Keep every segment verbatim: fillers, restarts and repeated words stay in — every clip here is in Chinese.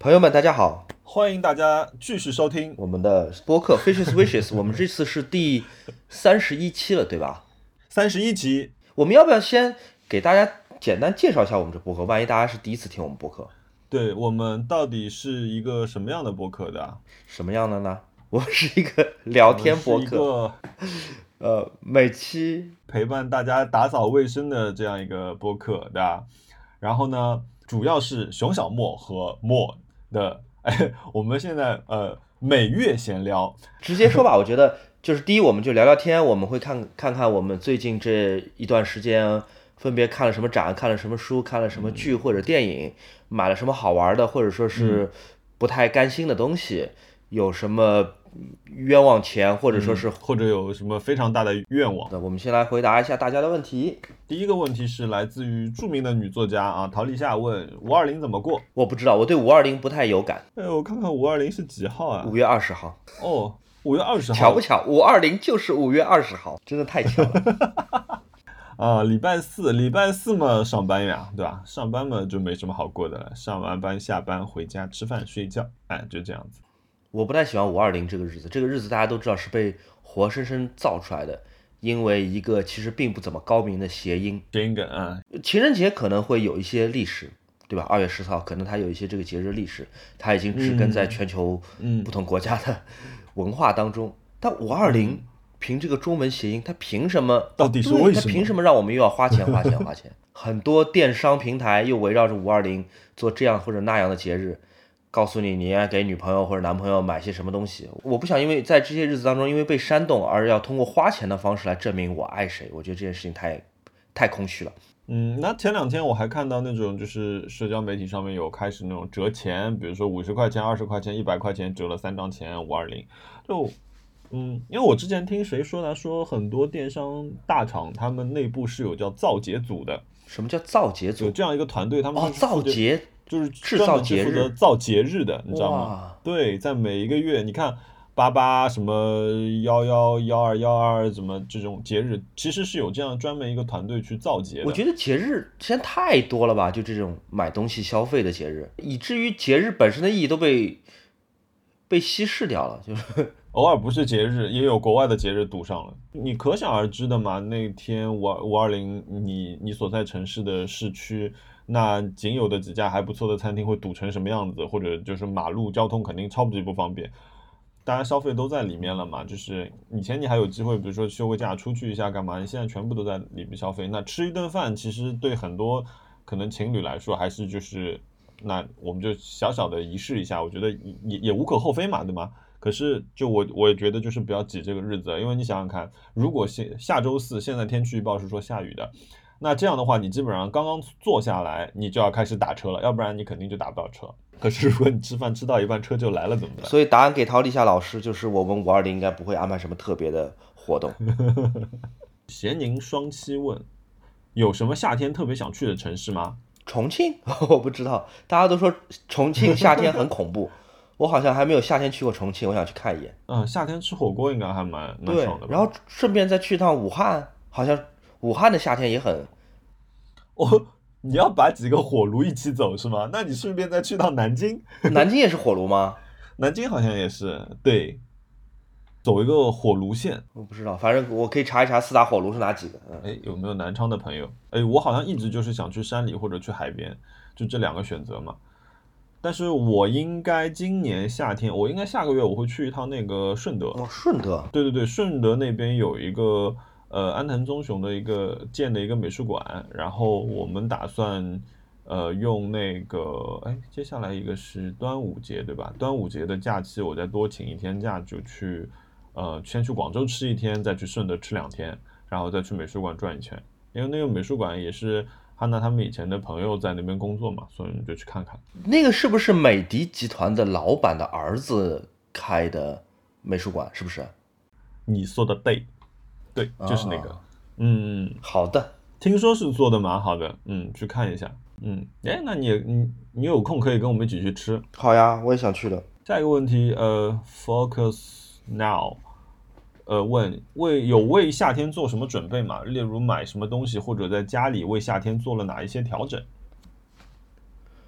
朋友们，大家好， 欢迎大家继续收听我们的播客 Fishes Wishes，我们这次是第三十一期了，对吧？ 三十一集。 我们要不要先给大家简单介绍一下我们这播客？万一大家是第一次听我们播客， 对，我们到底是一个什么样的播客的啊？ 什么样的呢？我们是一个聊天播客， 我们是一个呃，每期陪伴大家打扫卫生的这样一个播客，对吧？然后呢，主要是熊小莫和莫的，哎，我们现在呃每月闲聊， 直接说吧。我觉得就是第一，我们就聊聊天，我们会看看看我们最近这一段时间分别看了什么展，看了什么书，看了什么剧或者电影，买了什么好玩的，或者说是不太甘心的东西，有什么冤枉钱，或者说是、 嗯或者有什么非常大的愿望。 我们先来回答一下大家的问题。 第一个问题是来自于著名的女作家啊，陶丽夏问五二零怎么过？ 我不知道，我对五二零不太有感。 哎，我看看五二零是几号啊？ 五月二十号， 哦，五月二十号， 巧不巧？五二零就是五月二十号，真的太巧了。 啊，礼拜四，礼拜四嘛上班呀，对吧？上班嘛就没什么好过的了，上完班下班回家吃饭睡觉，哎，就这样子。 我不太喜欢五二零这个日子，这个日子大家都知道是被活生生造出来的，因为一个其实并不怎么高明的谐音。 谐音梗啊， 情人节可能会有一些历史，对吧？二月十号可能它有一些这个节日历史，它已经植根在全球不同国家的文化当中。但五二零凭这个中文谐音，它凭什么？ 到底是为什么？ 它凭什么让我们又要花钱花钱花钱？很多电商平台又围绕着五二零做这样或者那样的节日。告诉你你要给女朋友或者男朋友买些什么东西，我不想因为在这些日子当中因为被煽动而要通过花钱的方式来证明我爱谁，我觉得这件事情太太空虚了。 嗯，那前两天我还看到那种就是社交媒体上面有开始那种折钱，比如说五十块钱、二十块钱、一百块钱折了三张钱，五二零。就嗯，因为我之前听谁说呢，说很多电商大厂他们内部是有叫造节组的。 什么叫造节组？ 有这样一个团队，他们哦，造节。 就是制造节日， 负责造节日的，你知道吗？对，在每一个月，你看八八什么幺幺幺二幺二怎么这种节日，其实是有这样专门一个团队去造节的。 我觉得节日现在太多了吧，就这种买东西消费的节日，以至于节日本身的意义都被被稀释掉了，就是偶尔不是节日，也有国外的节日堵上了，你可想而知的嘛。那天五五二零，你你所在城市的市区。那仅有的几家还不错的餐厅会堵成什么样子，或者就是马路交通肯定超级不方便，大家消费都在里面了嘛。就是以前你还有机会，比如说休个假出去一下干嘛，你现在全部都在里面消费。那吃一顿饭，其实对很多可能情侣来说，还是就是那我们就小小的仪式一下，我觉得也也无可厚非嘛，对吗？可是就我我也觉得就是不要挤这个日子，因为你想想看，如果下下周四现在天气预报是说下雨的。那这样的话，你基本上刚刚坐下来，你就要开始打车了，要不然你肯定就打不到车。可是如果你吃饭吃到一半车就来了怎么办？ 所以答案给陶丽夏老师，就是我们五二零应该不会安排什么特别的活动。 咸宁双七问，有什么夏天特别想去的城市吗？ 重庆我不知道，大家都说重庆夏天很恐怖，我好像还没有夏天去过重庆，我想去看一眼。 嗯，夏天吃火锅应该还蛮蛮爽的吧。 然后顺便再去趟武汉，好像武汉的夏天也很。 哦，你要把几个火炉一起走是吗？那你顺便再去趟南京。 南京也是火炉吗？ 南京好像也是，对，走一个火炉线。 我不知道，反正我可以查一查四大火炉是哪几个。 哎、嗯，有没有南昌的朋友？哎，我好像一直就是想去山里或者去海边，就这两个选择嘛。但是我应该今年夏天，我应该下个月我会去一趟那个顺德。 哦，顺德。 对对对，顺德那边有一个。呃，安藤忠雄的一个建的一个美术馆，然后我们打算，呃，用那个，哎，接下来一个是端午节，对吧？端午节的假期，我再多请一天假，就去，呃，先去广州吃一天，再去顺德吃两天，然后再去美术馆转一圈。因为那个美术馆也是汉娜他们以前的朋友在那边工作嘛，所以我们就去看看。 那个是不是美的集团的老板的儿子开的美术馆？是不是？ 你说的对。对，就是那个，哦、嗯， 好的， 听说是做的蛮好的，嗯，去看一下，嗯，哎，那你你你有空可以跟我们一起去吃。 好呀，我也想去的。 下一个问题，呃 ，Focus Now， 呃，问为有为夏天做什么准备吗？例如买什么东西，或者在家里为夏天做了哪一些调整？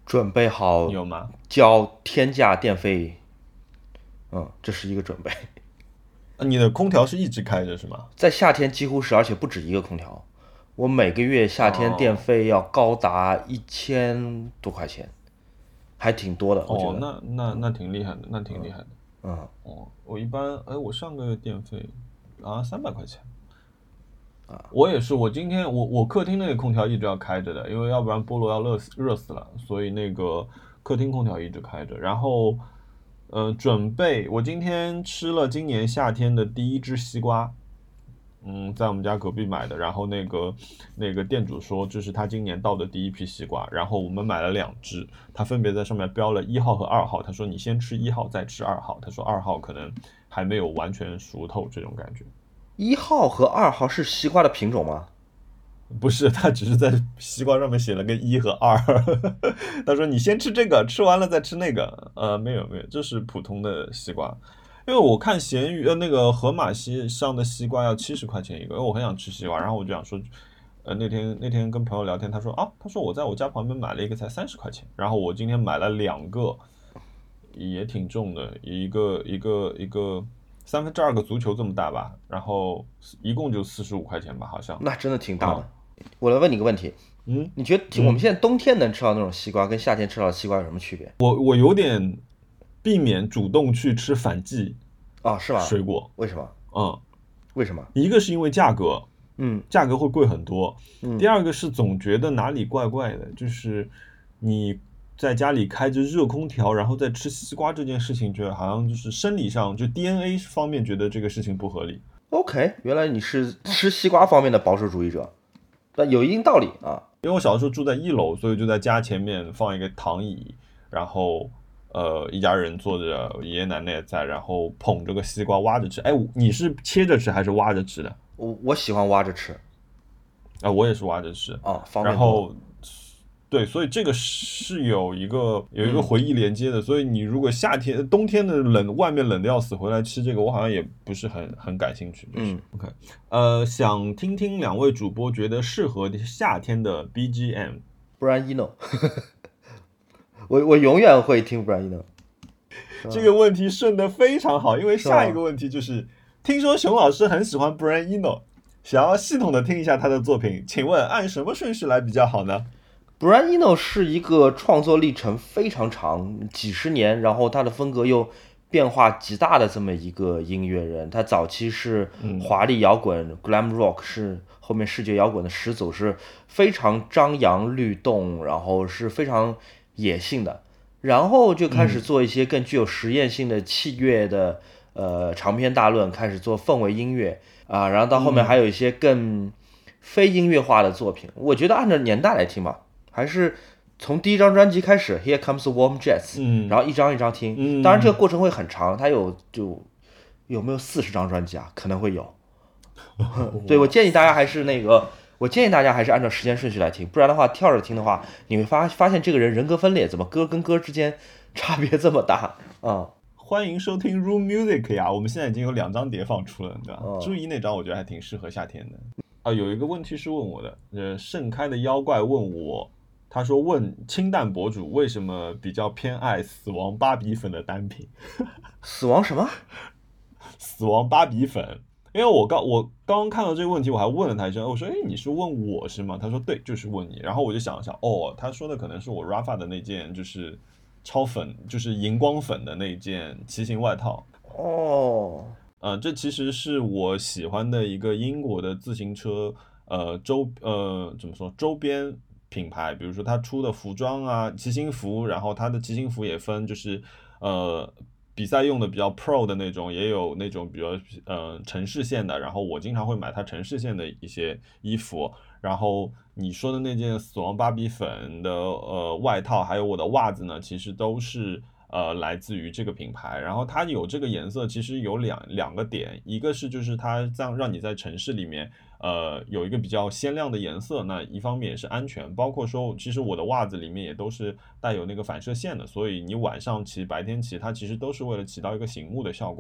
准备好有吗？ 交天价电费，嗯，这是一个准备。 你的空调是一直开着是吗？ 在夏天几乎是，而且不止一个空调。我每个月夏天电哦费要高达一千多块钱，还挺多的，我觉哦， 得。 那那那挺厉害的，那挺厉害的。 嗯， 哦，我一般，哎，我上个月电费啊三百块钱。我也是，我今天我我客厅那个空调一直要开着的，因为要不然菠萝要热死热死了，所以那个客厅空调一直开着。然后，呃，准备我今天吃了今年夏天的第一只西瓜，嗯，在我们家隔壁买的。然后那个那个店主说这是他今年到的第一批西瓜，然后我们买了两只，他分别在上面标了一号和二号。他说你先吃一号再吃二号，他说二号可能还没有完全熟透这种感觉。 一号和二号是西瓜的品种吗？ 不是，他只是在西瓜上面写了个一和二。他说你先吃这个，吃完了再吃那个。呃，没有没有，这是普通的西瓜。因为我看闲鱼呃那个盒马西上的西瓜要七十块钱一个，因为我很想吃西瓜，然后我就想说，呃那天那天跟朋友聊天，他说啊，他说我在我家旁边买了一个才三十块钱，然后我今天买了两个，也挺重的，一个一个一个三分之二个足球这么大吧，然后一共就四十五块钱吧，好像。 那真的挺大的。 嗯我来问你个问题， 嗯你觉得我们现在冬天能吃到那种西瓜，跟夏天吃到的西瓜有什么区别？ 我我有点避免主动去吃反季啊，是吗？ 水果。 为什么？ 嗯， 为什么？ 一个是因为价格， 嗯价格会贵很多。 嗯第二个是总觉得哪里怪怪的，就是你在家里开着热空调，然后再吃西瓜这件事情，觉得好像就是生理上就 D N A 方面觉得这个事情不合理。 ，OK，原来你是吃西瓜方面的保守主义者，但有一定道理啊。 因为我小时候住在一楼，所以就在家前面放一个躺椅，然后呃一家人坐着，爷爷奶奶也在，然后捧着个西瓜挖着吃。哎，你是切着吃还是挖着吃的？ 我我喜欢挖着吃啊，我也是挖着吃。 啊，方便多。 然后对，所以这个是有一个有一个回忆连接的。所以你如果夏天冬天的冷，外面冷的要死，回来吃这个，我好像也不是很很感兴趣。就是、 嗯 OK， 呃，想听听两位主播觉得适合夏天的 B G M。 Brian Eno， 我我永远会听 Brian Eno。 这个问题顺得非常好，因为是吧下一个问题就是听说熊老师很喜欢 Brian Eno， 想要系统的听一下他的作品，请问按什么顺序来比较好呢？ Brian Eno 是一个创作历程非常长，几十年，然后他的风格又变化极大的这么一个音乐人。他早期是华丽摇滚、glam rock， 是后面视觉摇滚的始祖，是非常张扬律动，然后是非常野性的。然后就开始做一些更具有实验性的器乐的呃长篇大论，开始做氛围音乐啊，然后到后面还有一些更非音乐化的作品。我觉得按照年代来听吧，还是从第一张专辑开始 Here Comes the Warm Jazz， 嗯然后一张一张听。 嗯当然这个过程会很长，它有就有没有四十张专辑啊？可能会有。对，我建议大家还是那个，我建议大家还是按照时间顺序来听，不然的话跳着听的话，你会发发现这个人人格分裂，怎么歌跟歌之间差别这么大啊？ 欢迎收听 Room Music 呀，我们现在已经有两张碟放出了，对吧？ 哦朱怡那张我觉得还挺适合夏天的。啊，有一个问题是问我的，呃，盛开的妖怪问我，他说问清淡博主为什么比较偏爱死亡芭比粉的单品。 死亡什么？ 死亡芭比粉。因为我刚我刚刚看到这个问题，我还问了他一声，我说：“哎，你是问我是吗？”他说：“对，就是问你。”然后我就想了想，哦，他说的可能是我 Rafa 的那件就是超粉，就是荧光粉的那件骑行外套。 哦， 呃，这其实是我喜欢的一个英国的自行车，呃，周呃怎么说周边品牌，比如说它出的服装啊，骑行服，然后它的骑行服也分就是呃。比赛用的比较 pro 的那种，也有那种比如呃城市线的，然后我经常会买它城市线的一些衣服。然后你说的那件死亡芭比粉的呃外套，还有我的袜子呢，其实都是呃来自于这个品牌。然后它有这个颜色，其实有两两个点，一个是就是它这样让你在城市里面呃有一个比较鲜亮的颜色，那一方面也是安全，包括说其实我的袜子里面也都是带有那个反射线的，所以你晚上骑白天骑它其实都是为了起到一个醒目的效果。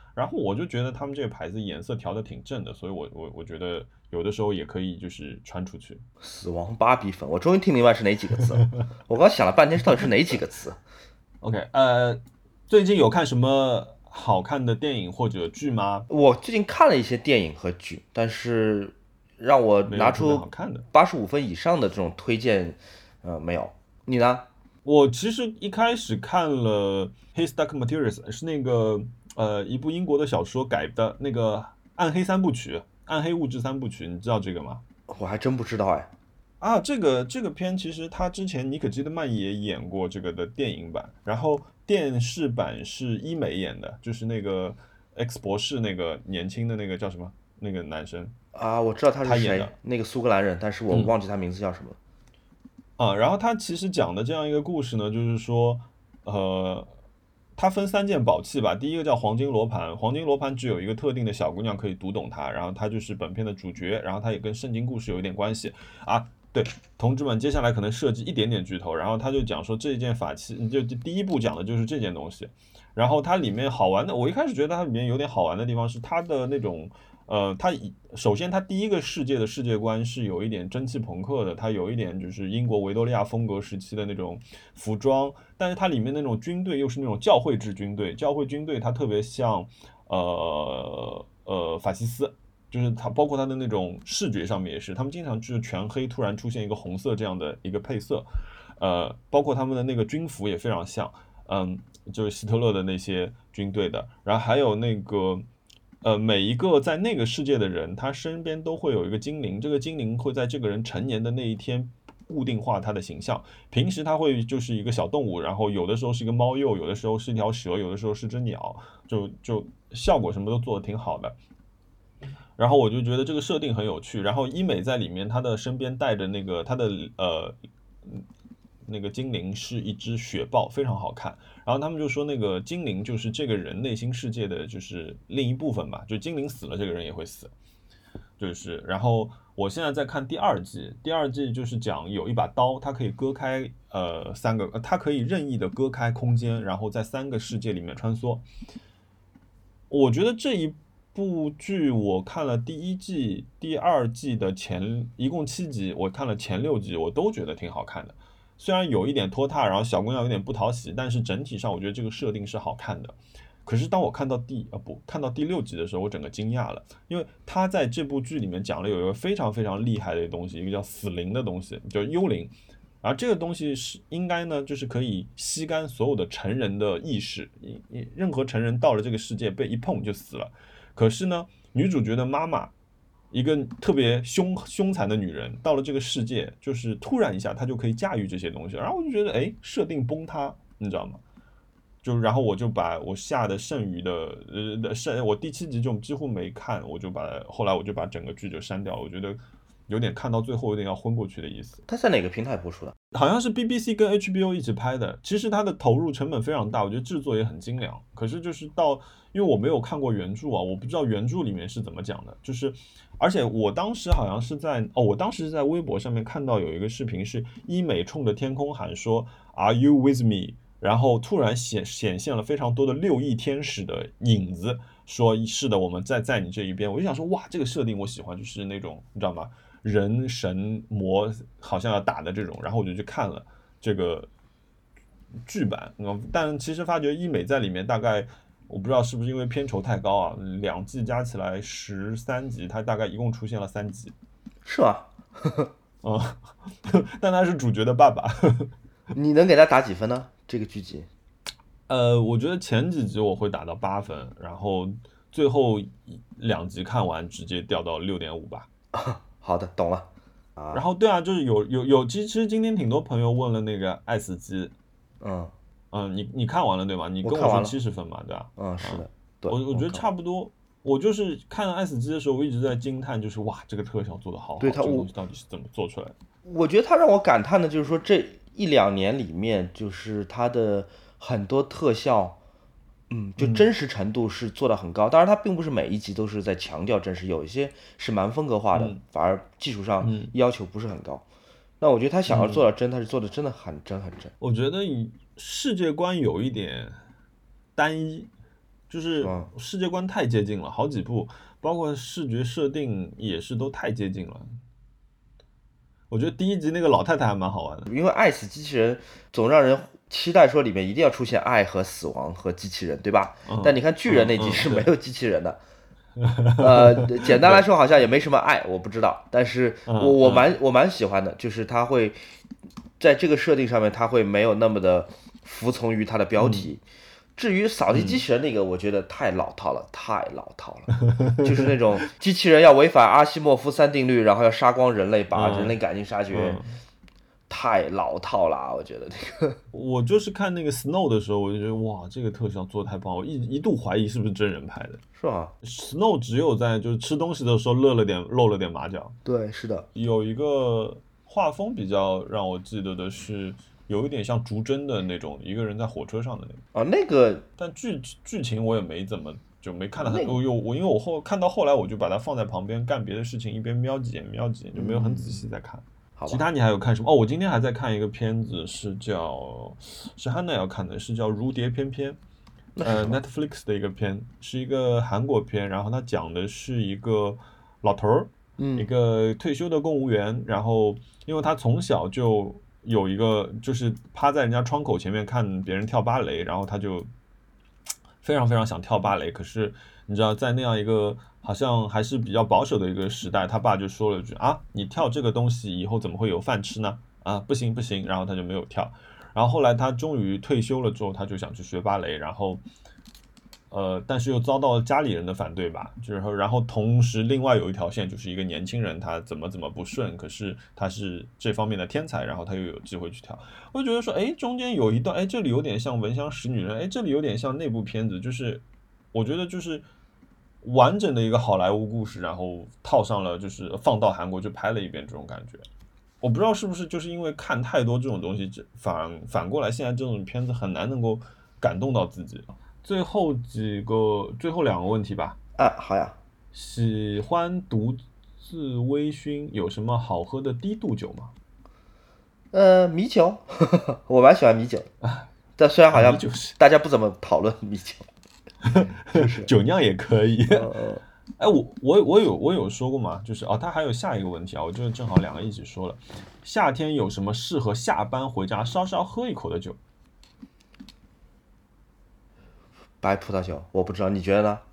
然后我就觉得他们这个牌子颜色调的挺正的，所以我我我觉得有的时候也可以就是穿出去。 死亡芭比粉，我终于听明白是哪几个字了。我刚想了半天，到底是哪几个词？ OK，呃，最近有看什么好看的电影或者剧吗？ 我最近看了一些电影和剧，但是让我没有特别好拿出看的。 八十五分以上的这种推荐，呃，没有。你呢？ 我其实一开始看了《His Dark Materials》，是那个呃一部英国的小说改的那个暗黑三部曲，暗黑物质三部曲，你知道这个吗？ 我还真不知道哎。 啊，这个这个片其实他之前妮可基德曼也演过这个的电影版，然后电视版是伊美演的，就是那个 X 博士那个年轻的那个叫什么那个男生啊，我知道他是谁， 他演的。 那个苏格兰人，但是我嗯忘记他名字叫什么了。 啊，然后他其实讲的这样一个故事呢，就是说，呃，它分三件宝器吧。第一个叫黄金罗盘，黄金罗盘只有一个特定的小姑娘可以读懂它，然后它就是本片的主角，然后它也跟圣经故事有一点关系啊。对，同志们，接下来可能涉及一点点剧透，然后他就讲说这件法器，就就第一步讲的就是这件东西，然后它里面好玩的，我一开始觉得它里面有点好玩的地方是它的那种。呃，它以首先它第一个世界的世界观是有一点蒸汽朋克的，它有一点就是英国维多利亚风格时期的那种服装，但是它里面那种军队又是那种教会制军队，教会军队它特别像呃呃法西斯，就是它包括它的那种视觉上面也是，他们经常就是全黑突然出现一个红色这样的一个配色，呃，包括他们的那个军服也非常像，嗯，就是希特勒的那些军队的，然后还有那个。呃，每一个在那个世界的人，他身边都会有一个精灵，这个精灵会在这个人成年的那一天固定化他的形象。平时他会就是一个小动物，然后有的时候是一个猫鼬，有的时候是一条蛇，有的时候是只鸟，就就效果什么都做得挺好的。然后我就觉得这个设定很有趣。然后伊美在里面，他的身边带着那个他的呃那个精灵是一只雪豹，非常好看。然后他们就说那个精灵就是这个人内心世界的就是另一部分吧，就精灵死了，这个人也会死。就是然后我现在在看第二季，第二季就是讲有一把刀，它可以割开呃三个，呃它可以任意的割开空间，然后在三个世界里面穿梭。我觉得这一部剧我看了第一季、第二季的前一共七集，我看了前六集，我都觉得挺好看的。虽然有一点拖沓，然后小姑娘有点不讨喜，但是整体上我觉得这个设定是好看的。可是当我看到第呃不看到第六集的时候，我整个惊讶了，因为他在这部剧里面讲了有一个非常非常厉害的东西，一个叫死灵的东西，叫幽灵。然后这个东西是应该呢，就是可以吸干所有的成人的意识，任何成人到了这个世界被一碰就死了。可是呢，女主角的妈妈，一个特别凶凶残的女人，到了这个世界，就是突然一下她就可以驾驭这些东西，然后我就觉得，哎，设定崩塌，你知道吗？就然后我就把我下的剩余的呃剩我第七集就几乎没看，我就把后来我就把整个剧就删掉了，我觉得有点看到最后有点要昏过去的意思。 它在哪个平台播出的？ 好像是 B B C 跟 H B O 一起拍的，其实它的投入成本非常大，我觉得制作也很精良。可是就是到，因为我没有看过原著啊，我不知道原著里面是怎么讲的。就是，而且我当时好像是在哦，我当时是在微博上面看到有一个视频，是医美冲着天空喊说 "Are you with me？" 然后突然显显现了非常多的六翼天使的影子，说是的，我们在在你这一边。我就想说，哇，这个设定我喜欢，就是那种你知道吗？人神魔好像要打的这种，然后我就去看了这个剧版，但其实发觉医美在里面大概我不知道是不是因为片酬太高啊，两季加起来十三集，它大概一共出现了三集， 是吗？ 啊、嗯，但他是主角的爸爸。 你能给他打几分呢？这个剧集？ 呃，我觉得前几集我会打到八分，然后最后两集看完直接掉到六点五吧。 好的，懂了。啊， 然后对啊，就是有有有，其实今天挺多朋友问了那个《爱死机》， 嗯嗯，你你看完了对吗？你跟我看完了我说七十分嘛，对吧？ 嗯，是的，对， 我我觉得看完差不多。我就是看《爱死机》的时候，我一直在惊叹，就是哇，这个特效做得好好， 对它我这个东西到底是怎么做出来的？ 我觉得他让我感叹的就是说，这一两年里面，就是他的很多特效，嗯，就真实程度是做到很高。当然，它并不是每一集都是在强调真实，有一些是蛮风格化的， 嗯反而技术上嗯要求不是很高。那我觉得他想要做嗯， 到真，他是做的真的很真很真。 我觉得以世界观有一点单一， 就是世界观太接近了，好几部，包括视觉设定也是都太接近了。我觉得第一集那个老太太还蛮好玩的， 因为爱死机器人总让人期待说里面一定要出现爱和死亡和机器人，对吧？ 嗯、 但你看巨人那集嗯、 是没有机器人的。呃，简单来说好像也没什么爱，我不知道，但是我我蛮我蛮喜欢的，就是他会在这个设定上面，他会没有那么的服从于他的标题。嗯、至于扫地机器人那个，我觉得太老套了，太老套了，就是那种机器人要违反阿西莫夫三定律，然后要杀光人类，把人类赶尽杀绝。嗯嗯太老套了，我觉得这个。 我就是看那个 Snow 的时候，我就觉得哇，这个特效做的太棒，我一一度怀疑是不是真人拍的。 是吧 ？Snow 只有在就是吃东西的时候露了点露了点马脚。 对，是的。 有一个画风比较让我记得的是，有一点像逐帧的那种，一个人在火车上的那个。 哦，那个。 但剧剧情我也没怎么就没看到很，我有我因为我后看到后来我就把它放在旁边干别的事情，一边瞄几眼瞄几眼，就没有很仔细在看。嗯其他你还有看什么？哦，我今天还在看一个片子，是叫是汉娜要看的，是叫《如蝶翩翩》，呃 ，Netflix 的一个片，是一个韩国片，然后它讲的是一个老头儿， 嗯， 一个退休的公务员，然后因为他从小就有一个就是趴在人家窗口前面看别人跳芭蕾，然后他就非常非常想跳芭蕾，可是你知道在那样一个好像还是比较保守的一个时代，他爸就说了一句啊，你跳这个东西以后怎么会有饭吃呢？啊，不行不行，然后他就没有跳。然后后来他终于退休了之后，他就想去学芭蕾，然后呃，但是又遭到了家里人的反对吧，就是然后同时另外有一条线就是一个年轻人，他怎么怎么不顺，可是他是这方面的天才，然后他又有机会去跳。我就觉得说，哎，中间有一段，哎，这里有点像《闻香识女人》，哎，这里有点像那部片子，就是我觉得就是完整的一个好莱坞故事，然后套上了就是放到韩国就拍了一遍这种感觉。我不知道是不是就是因为看太多这种东西，反反过来现在这种片子很难能够感动到自己。最后几个，最后两个问题吧。 啊，好呀。 喜欢独自微醺，有什么好喝的低度酒吗？ 呃，米酒，我蛮喜欢米酒的，但虽然好像大家不怎么讨论米酒，就是酒酿也可以。哎，我我我有我有说过嘛，就是哦，他还有下一个问题啊，我就正好两个一起说了。夏天有什么适合下班回家稍稍喝一口的酒？ 白葡萄酒，我不知道，你觉得呢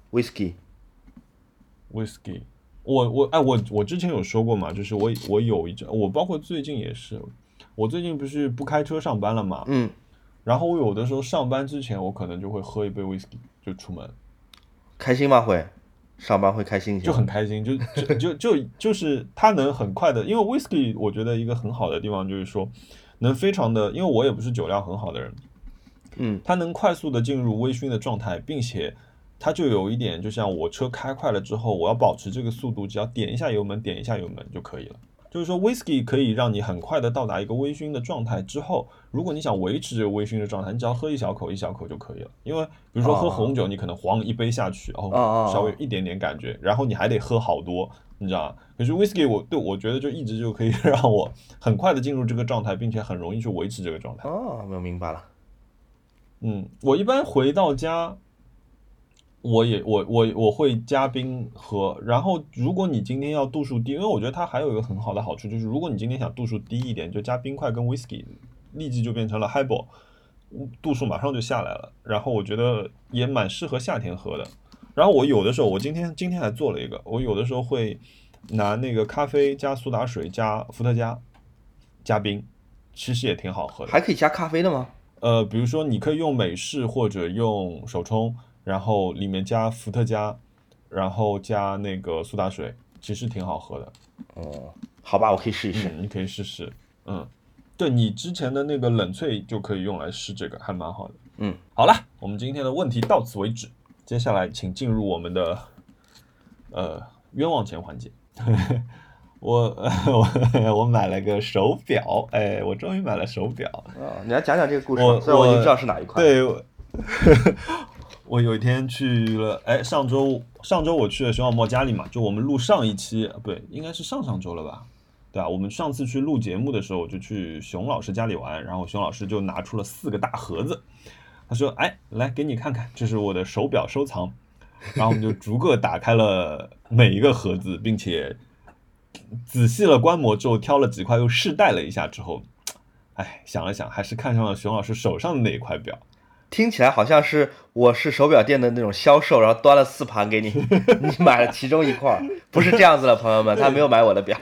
？Whisky，Whisky， 我我哎我我之前有说过嘛，就是我我有一阵，我包括最近也是，我最近不是不开车上班了嘛， 嗯， 然后我有的时候上班之前，我可能就会喝一杯 Whisky 就出门。 开心吗？会？上班会开心一些？ 就很开心，就就就就就是它能很快的，因为 Whisky 我觉得一个很好的地方就是说，能非常的，因为我也不是酒量很好的人。 嗯， 它能快速的进入微醺的状态，并且它就有一点，就像我车开快了之后，我要保持这个速度，只要点一下油门，点一下油门就可以了。就是说 ，whisky 可以让你很快的到达一个微醺的状态之后，如果你想维持这个微醺的状态，你只要喝一小口一小口就可以了。因为比如说喝红酒，你可能晃一杯下去，然后稍微有一点点感觉，然后你还得喝好多，你知道吗？可是 whisky 我对我觉得就一直就可以让我很快的进入这个状态，并且很容易去维持这个状态。 哦，我明白了。 嗯，我一般回到家，我也我我我会加冰喝。然后，如果你今天要度数低，因为我觉得它还有一个很好的好处，就是如果你今天想度数低一点，就加冰块跟 whisky， 立即就变成了 highball， 度数马上就下来了。然后我觉得也蛮适合夏天喝的。然后我有的时候，我今天今天还做了一个，我有的时候会拿那个咖啡加苏打水加伏特加加冰，其实也挺好喝的。 还可以加咖啡的吗？ 呃，比如说你可以用美式或者用手冲，然后里面加伏特加，然后加那个苏打水，其实挺好喝的。 哦，好吧，我可以试一试。 嗯，你可以试试。嗯，对，你之前的那个冷萃就可以用来试这个，还蛮好的。 嗯， 好了，我们今天的问题到此为止，接下来请进入我们的呃冤枉钱环节。我我我买了个手表，哎，我终于买了手表。 哦，你来讲讲这个故事吧，虽然我已经知道是哪一款。 对，我, 我有一天去了，哎，上周上周我去了熊小莫家里嘛，就我们录上一期，不对，应该是上上周了吧？对啊，我们上次去录节目的时候，我就去熊老师家里玩，然后熊老师就拿出了四个大盒子， 他说：“哎，来给你看看，这是我的手表收藏。”然后我们就逐个打开了每一个盒子，并且仔细了观摩之后，挑了几块又试戴了一下之后，哎，想了想，还是看上了熊老师手上的那一块表。 听起来好像是我是手表店的那种销售，然后端了四盘给你，你买了其中一块，不是这样子的，朋友们，他没有买我的表。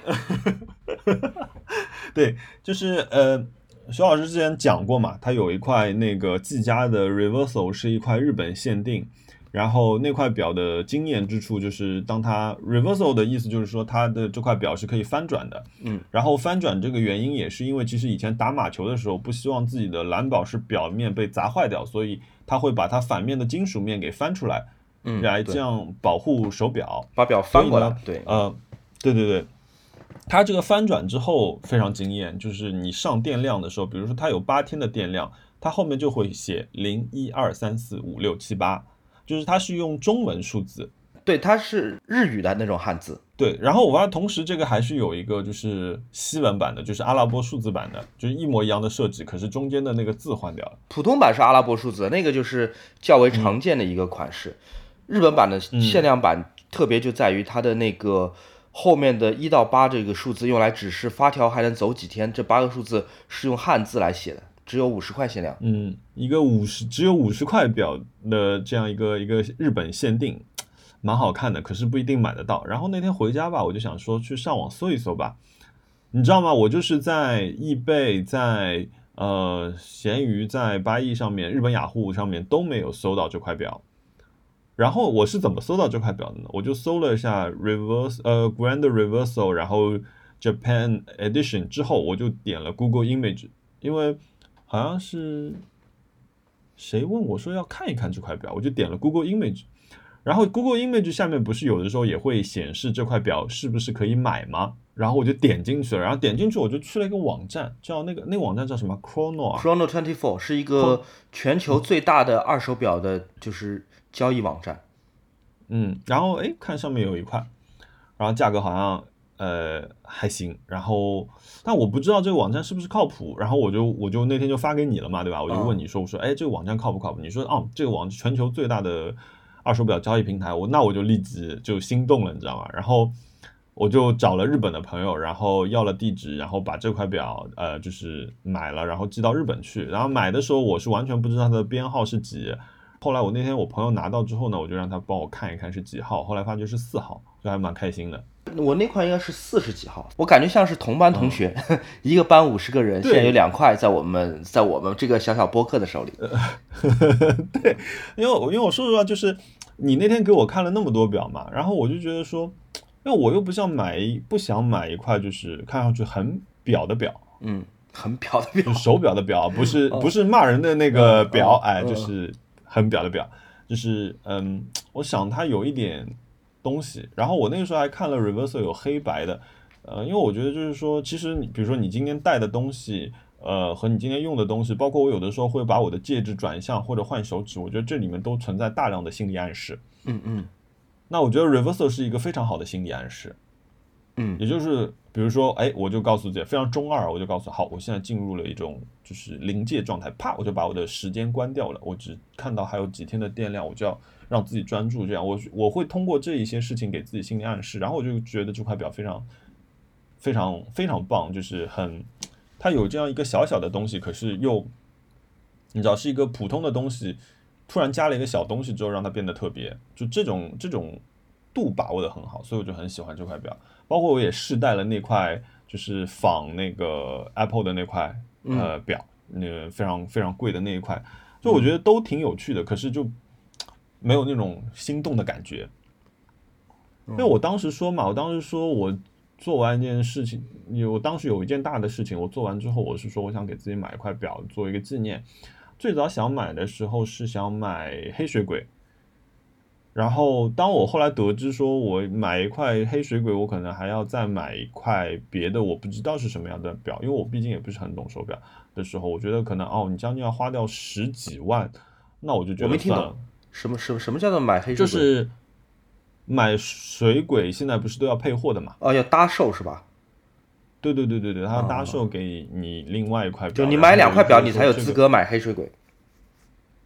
对，就是呃，熊老师之前讲过嘛，他有一块那个技嘉的 Reversal 是一块日本限定，然后那块表的惊艳之处就是当它 Reversal 的意思就是说它的这块表是可以翻转的， 嗯， 然后翻转这个原因也是因为其实以前打马球的时候不希望自己的蓝宝石表面被砸坏掉，所以他会把它反面的金属面给翻出来， 嗯， 来这样保护手表， 把表翻过来，对， 呃，对对对。它这个翻转之后非常惊艳，就是你上电量的时候，比如说它有八天的电量，它后面就会写零一二三四五六七八，就是它是用中文数字， 对，它是日语的那种汉字。 对，然后我发现同时这个还是有一个就是西文版的，就是阿拉伯数字版的，就是一模一样的设计，可是中间的那个字换掉了。 普通版是阿拉伯数字，那个就是较为常见的一个款式。嗯、日本版的限量版特别就在于它的那个。后面的一到八这个数字用来指示发条还能走几天，这八个数字是用汉字来写的，只有五十块限量。 嗯，一个五十只有五十块表的这样一个一个日本限定，蛮好看的，可是不一定买得到。然后那天回家吧，我就想说去上网搜一搜吧，你知道吗？我就是在易贝、在呃闲鱼、在八亿上面、日本雅虎上面都没有搜到这块表。然后我是怎么搜到这块表的呢？我就搜了一下 reverse 呃 Grand Reversal， 然后 Japan Edition 之后，我就点了 Google Image， 因为好像是谁问我说要看一看这块表，我就点了 Google Image， 然后 Google Image 下面不是有的时候也会显示这块表是不是可以买吗？然后我就点进去了，然后点进去我就去了一个网站，叫那个那个网站叫什么 Chrono Chrono 二十四是一个全球最大的二手表的，就是交易网站。 嗯，然后哎，看上面有一块，然后价格好像呃还行，然后但我不知道这个网站是不是靠谱，然后我就我就那天就发给你了嘛，对吧？我就问你说，我说哎，这个网站靠不靠谱？你说哦，这个网全球最大的二手表交易平台，我那我就立即就心动了，你知道吗？然后我就找了日本的朋友，然后要了地址，然后把这块表呃就是买了，然后寄到日本去。然后买的时候我是完全不知道它的编号是几，后来我那天我朋友拿到之后呢，我就让他帮我看一看是几号，后来发觉是四号，就还蛮开心的。 我那块应该是四十几号，我感觉像是同班同学，嗯、一个班五十个人，现在有两块在我们在我们这个小小播客的手里。 对，因为我因为我说实话，就是你那天给我看了那么多表嘛，然后我就觉得说。因为我又不想买不想买一块就是看上去很表的表， 嗯，很表的表， 就是手表的表，不是、哦、不是骂人的那个表，嗯、哎，就是很表的表，就是嗯，我想它有一点东西。然后我那个时候还看了 Reversal 有黑白的，呃，因为我觉得就是说，其实你比如说你今天戴的东西，呃，和你今天用的东西，包括我有的时候会把我的戒指转向或者换手指，我觉得这里面都存在大量的心理暗示。 嗯嗯。 那我觉得 Reversal 是一个非常好的心理暗示， 嗯， 也就是比如说，哎，我就告诉自己非常中二，我就告诉好，我现在进入了一种就是临界状态，啪，我就把我的时间关掉了，我只看到还有几天的电量，我就要让自己专注，这样我我会通过这一些事情给自己心理暗示，然后我就觉得这块表非常非常非常棒，就是很它有这样一个小小的东西，可是又你知道是一个普通的东西。突然加了一个小东西之后，让它变得特别，就这种这种度把握的很好，所以我就很喜欢这块表。包括我也试戴了那块，就是仿那个 Apple 的那块呃表，那个非常非常贵的那一块，就我觉得都挺有趣的，可是就没有那种心动的感觉。因为我当时说嘛，我当时说我做完一件事情，我当时有一件大的事情，我做完之后，我是说我想给自己买一块表做一个纪念。最早想买的时候是想买黑水鬼，然后当我后来得知说我买一块黑水鬼，我可能还要再买一块别的我不知道是什么样的表，因为我毕竟也不是很懂手表的时候，我觉得可能哦，你将近要花掉十几万，那我就觉得算了。 我没听懂什么什么什么叫做买黑水鬼？ 就是买水鬼现在不是都要配货的嘛？ 哦，要搭售是吧？ 对对对对对，他搭售给你另外一块表， 就你买两块表，你才有资格买黑水鬼。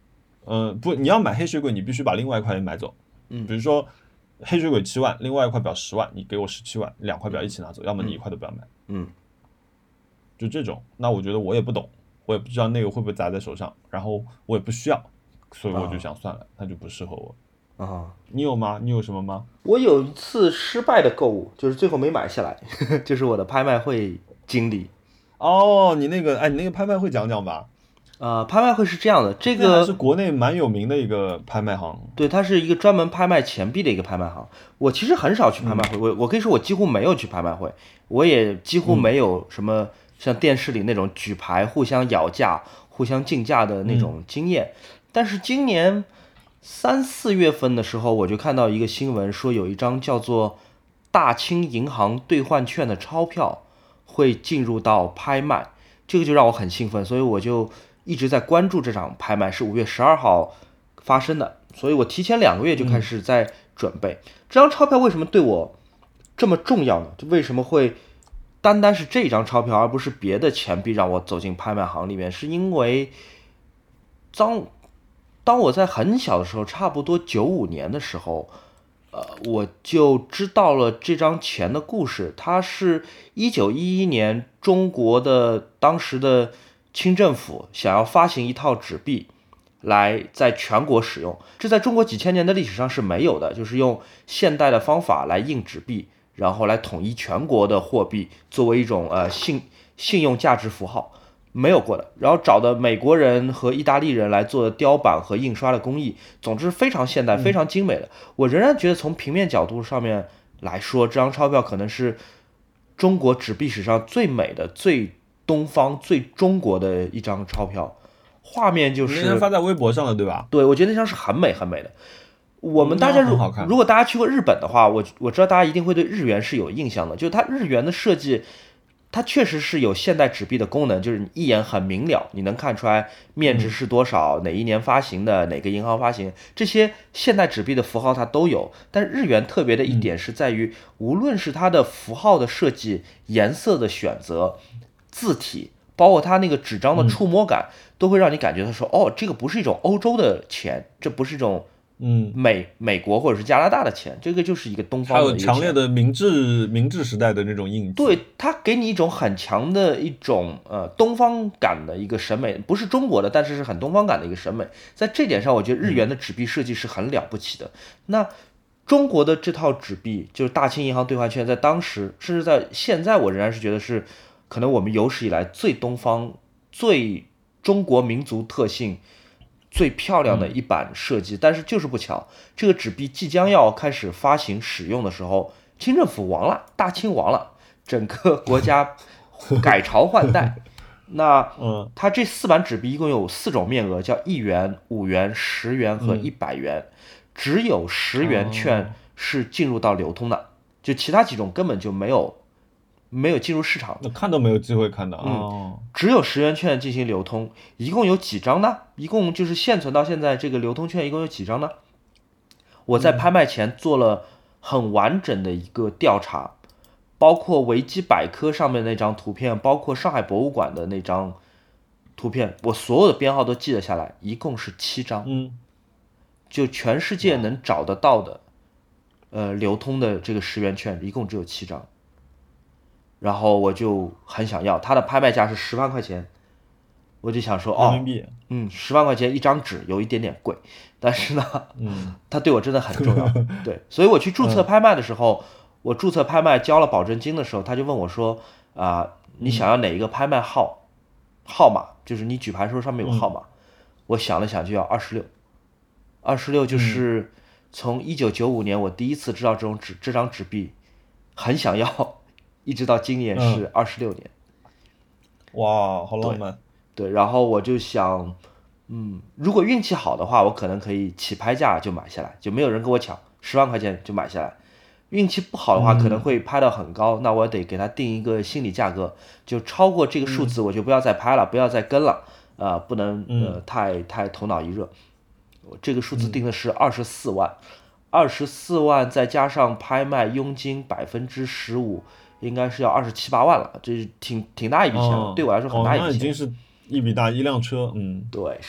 嗯、呃，不，你要买黑水鬼，你必须把另外一块也买走。 嗯， 比如说黑水鬼七万，另外一块表十万，你给我十七万，两块表一起拿走，要么你一块都不要买。 嗯， 就这种，那我觉得我也不懂，我也不知道那个会不会砸在手上，然后我也不需要，所以我就想算了，那就不适合我。 啊， 你有吗？你有什么吗？ 我有一次失败的购物，就是最后没买下来，就是我的拍卖会经历。 哦，你那个，哎，你那个拍卖会讲讲吧。 呃，拍卖会是这样的，这那还是个国内蛮有名的一个拍卖行。 对，它是一个专门拍卖钱币的一个拍卖行。我其实很少去拍卖会，我我可以说我几乎没有去拍卖会，我也几乎没有什么像电视里那种举牌互相咬价、互相竞价的那种经验。但是今年三四月份的时候，我就看到一个新闻，说有一张叫做大清银行兑换券的钞票会进入到拍卖，这个就让我很兴奋，所以我就一直在关注这场拍卖，是五月十二号发生的，所以我提前两个月就开始在准备。嗯、这张钞票为什么对我这么重要呢？就为什么会单单是这张钞票，而不是别的钱币让我走进拍卖行里面？是因为当当我在很小的时候，差不多九五年的时候，呃，我就知道了这张钱的故事。它是一九一一年中国的当时的清政府想要发行一套纸币，来在全国使用。这在中国几千年的历史上是没有的，就是用现代的方法来印纸币，然后来统一全国的货币，作为一种呃信信用价值符号。没有过的，然后找的美国人和意大利人来做雕版和印刷的工艺，总之非常现代、非常精美的。我仍然觉得从平面角度上面来说，这张钞票可能是中国纸币史上最美的、最东方、最中国的一张钞票。画面就是那天发在微博上了，对吧？ 对，我觉得那张是很美很美的。我们大家如如果大家去过日本的话，我我知道大家一定会对日元是有印象的，就是它日元的设计。它确实是有现代纸币的功能，就是你一眼很明了，你能看出来面值是多少，哪一年发行的，哪个银行发行，这些现代纸币的符号它都有。但日元特别的一点是在于，无论是它的符号的设计、颜色的选择、字体，包括它那个纸张的触摸感，都会让你感觉到说，哦，这个不是一种欧洲的钱，这不是一种。 嗯， 美美国或者是加拿大的钱，这个就是一个东方的一个钱， 还有强烈的明治明治时代的那种印记， 对，它给你一种很强的一种呃东方感的一个审美，不是中国的，但是是很东方感的一个审美。在这点上，我觉得日元的纸币设计是很了不起的。嗯、那中国的这套纸币，就是大清银行兑换券，在当时甚至在现在，我仍然是觉得是可能我们有史以来最东方、最中国民族特性。最漂亮的一版设计，但是就是不巧，这个纸币即将要开始发行使用的时候，清政府亡了，大清亡了，整个国家改朝换代。那它这四版纸币一共有四种面额，叫一元、五元、十元和一百元，只有十元券是进入到流通的，就其他几种根本就没有。没有进入市场， 那看都没有机会看到啊、哦嗯！只有十元券进行流通，一共有几张呢？一共就是现存到现在这个流通券一共有几张呢？我在拍卖前做了很完整的一个调查，包括维基百科上面那张图片，包括上海博物馆的那张图片，我所有的编号都记了下来，一共是七张。 嗯， 就全世界能找得到的，呃，流通的这个十元券一共只有七张。然后我就很想要，它的拍卖价是十万块钱，我就想说，哦， 人民币， 嗯，十万块钱一张纸有一点点贵，但是呢， 嗯， 它对我真的很重要，对，所以我去注册拍卖的时候，嗯、我注册拍卖交了保证金的时候，他就问我说，啊、呃，你想要哪一个拍卖号、嗯、号码，就是你举牌时候上面有号码，嗯、我想了想就要二十六，二十六就是从一九九五年我第一次知道这种纸这张纸币，很想要。一直到今年是二十六年、 嗯，哇，好浪漫。 对，对，然后我就想，嗯，如果运气好的话，我可能可以起拍价就买下来，就没有人跟我抢，十万块钱就买下来。运气不好的话，可能会拍到很高，嗯、那我得给他定一个心理价格，就超过这个数字我就不要再拍了，嗯、不要再跟了，啊、呃，不能呃太太头脑一热。我这个数字定的是二十四万，二十四万再加上拍卖佣金百分之十五。应该是要二十七八万了，这是挺挺大一笔钱了， 哦、 对我来说很大一笔钱。 哦，那已经是一笔大一辆车，嗯， 对，是的。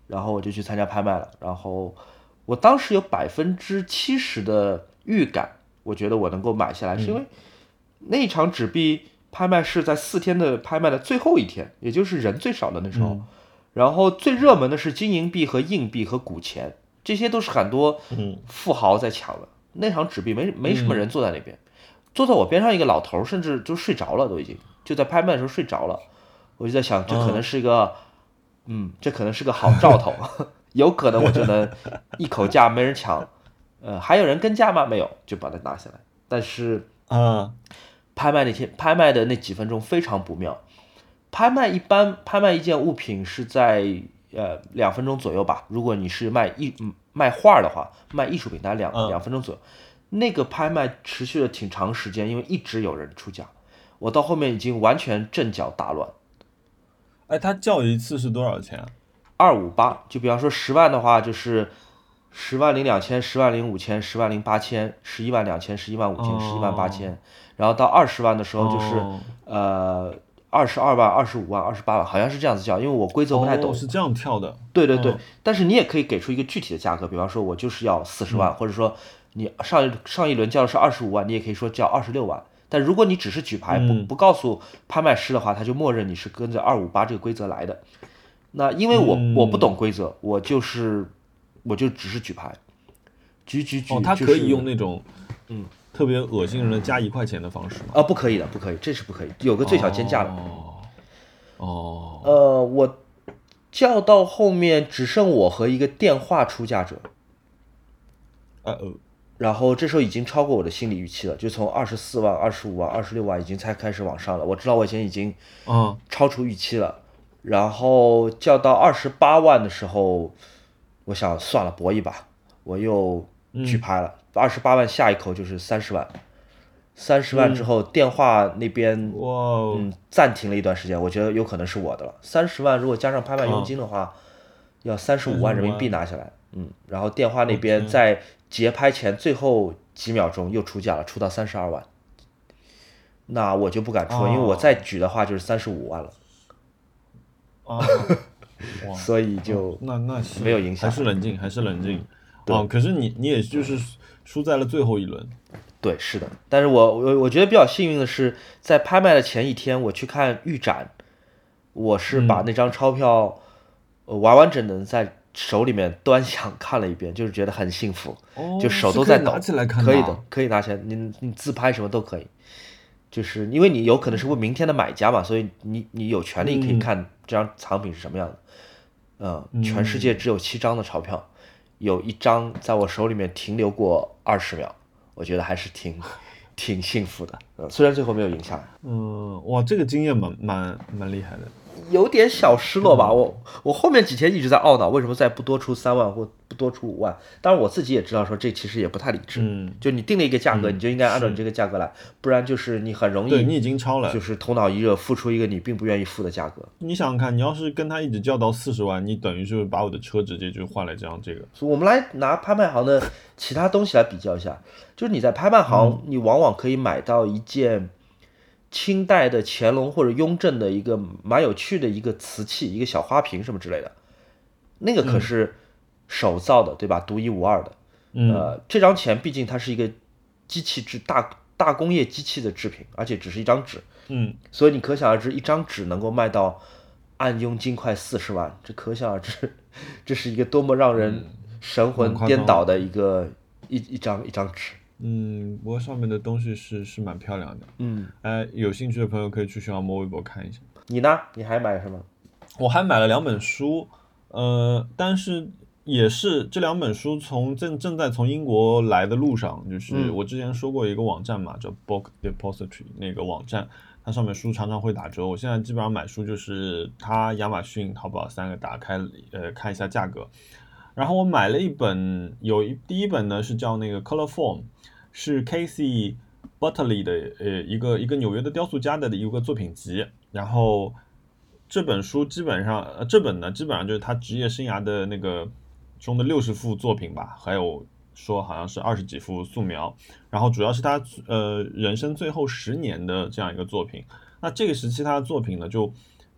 然后我就去参加拍卖了，然后我当时有百分之七十的预感，我觉得我能够买下来，是因为那一场纸币拍卖是在四天的拍卖的最后一天，也就是人最少的那时候。 嗯然后最热门的是金银币和硬币和古钱，这些都是很多富豪在抢的。那场纸币没没什么人坐在那边，坐在我边上一个老头，甚至就睡着了，都已经就在拍卖的时候睡着了。我就在想，这可能是一个，嗯，这可能是个好兆头，有可能我就能一口价没人抢。呃，还有人跟价吗？没有，就把它拿下来。但是啊， 拍卖那天拍卖的那几分钟非常不妙。拍卖一般拍卖一件物品是在呃两分钟左右吧。如果你是卖艺卖画的话，卖艺术品大概两两分钟左右。那个拍卖持续了挺长时间，因为一直有人出价，我到后面已经完全阵脚大乱。 哎，他叫一次是多少钱啊？ 二五八，就比方说十万的话，就是十万零两千、十万零五千、十万零八千、十一万两千、十一万五千、十一万八千，然后到二十万的时候就是、 哦、 呃。二十二万、二十五万、二十八万，好像是这样子叫，因为我规则不太懂。 哦，是这样跳的。 对对对， 嗯、 但是你也可以给出一个具体的价格，比方说我就是要四十万、嗯，或者说你上一上一轮叫的是二十五万，你也可以说叫二十六万。但如果你只是举牌，不不告诉拍卖师的话，他就默认你是跟着二五八这个规则来的。那因为我、嗯、我不懂规则，我就是我就只是举牌，举举举。 哦，他可以用那种嗯。特别恶心人的加一块钱的方式吗？ 啊，不可以的，不可以，这是不可以，有个最小间价的。 哦，哦， 呃，我叫到后面只剩我和一个电话出价者， 呃呃， 然后这时候已经超过我的心理预期了，就从二十四万、二十五万、二十六万已经才开始往上了。我知道我以前已经啊超出预期了，然后叫到二十八万的时候，我想算了，搏一把，我又举牌了。二十八万下一口就是三十万，三十万之后、嗯、电话那边哇嗯暂停了一段时间，我觉得有可能是我的了。三十万如果加上拍卖佣金的话，啊、要三十五万人民币拿下来，嗯，然后电话那边在节拍前最后几秒钟又出价了，出到三十二万，那我就不敢出了， 啊、 因为我再举的话就是三十五万了， 啊， 所以就那那没有影响， 还是冷静，还是冷静。哦，可是你你也就是输在了最后一轮。 对，是的。但是我我我觉得比较幸运的是，在拍卖的前一天，我去看预展，我是把那张钞票、嗯、完完整整在手里面端详看了一遍，就是觉得很幸福， 哦、 就手都在抖。 可以拿起来看， 可以的，可以拿起来，你你自拍什么都可以。就是因为你有可能是为明天的买家嘛，所以你你有权利可以看这张藏品是什么样的。嗯，嗯全世界只有七张的钞票。有一张在我手里面停留过二十秒，我觉得还是挺挺幸福的。嗯，虽然最后没有赢下来。 嗯，哇，这个经验蛮蛮蛮厉害的。 有点小失落吧，嗯、我我后面几天一直在懊恼，为什么再不多出三万或不多出五万？当然我自己也知道说这其实也不太理智。 嗯， 就你定了一个价格， 嗯、 你就应该按照你这个价格来，不然就是你很容易， 对你已经超了， 就是头脑一热付出一个你并不愿意付的价格。 你想想看，你要是跟他一直叫到四十万，你等于就是把我的车直接就换来这样这个。 我们来拿拍卖行的其他东西来比较一下，就是你在拍卖行， 嗯、 你往往可以买到一件清代的乾隆或者雍正的一个蛮有趣的一个瓷器，一个小花瓶什么之类的，那个可是手造的，嗯、对吧？独一无二的。 嗯、 呃，这张钱毕竟它是一个机器制大大工业机器的制品，而且只是一张纸。 嗯， 所以你可想而知，一张纸能够卖到按佣金快四十万，这可想而知，这是一个多么让人神魂颠倒的一个、嗯、一一张一张纸。 嗯，不过上面的东西是是蛮漂亮的。 嗯， 哎，有兴趣的朋友可以去新浪微博看一下。 你呢？你还买什么？ 我还买了两本书，呃，但是也是这两本书从正正在从英国来的路上，就是我之前说过一个网站嘛，叫 Book Depository 那个网站，它上面书常常会打折。我现在基本上买书就是它亚马逊、淘宝三个打开，呃，看一下价格。然后我买了一本，有一第一本呢是叫那个 Color Form。是 Casey Butterley 的呃一个一个纽约的雕塑家的一个作品集，然后这本书基本上呃这本呢基本上就是他职业生涯的那个中的六十幅作品吧，还有说好像是二十几幅素描，然后主要是他呃人生最后十年的这样一个作品。那这个时期他的作品呢就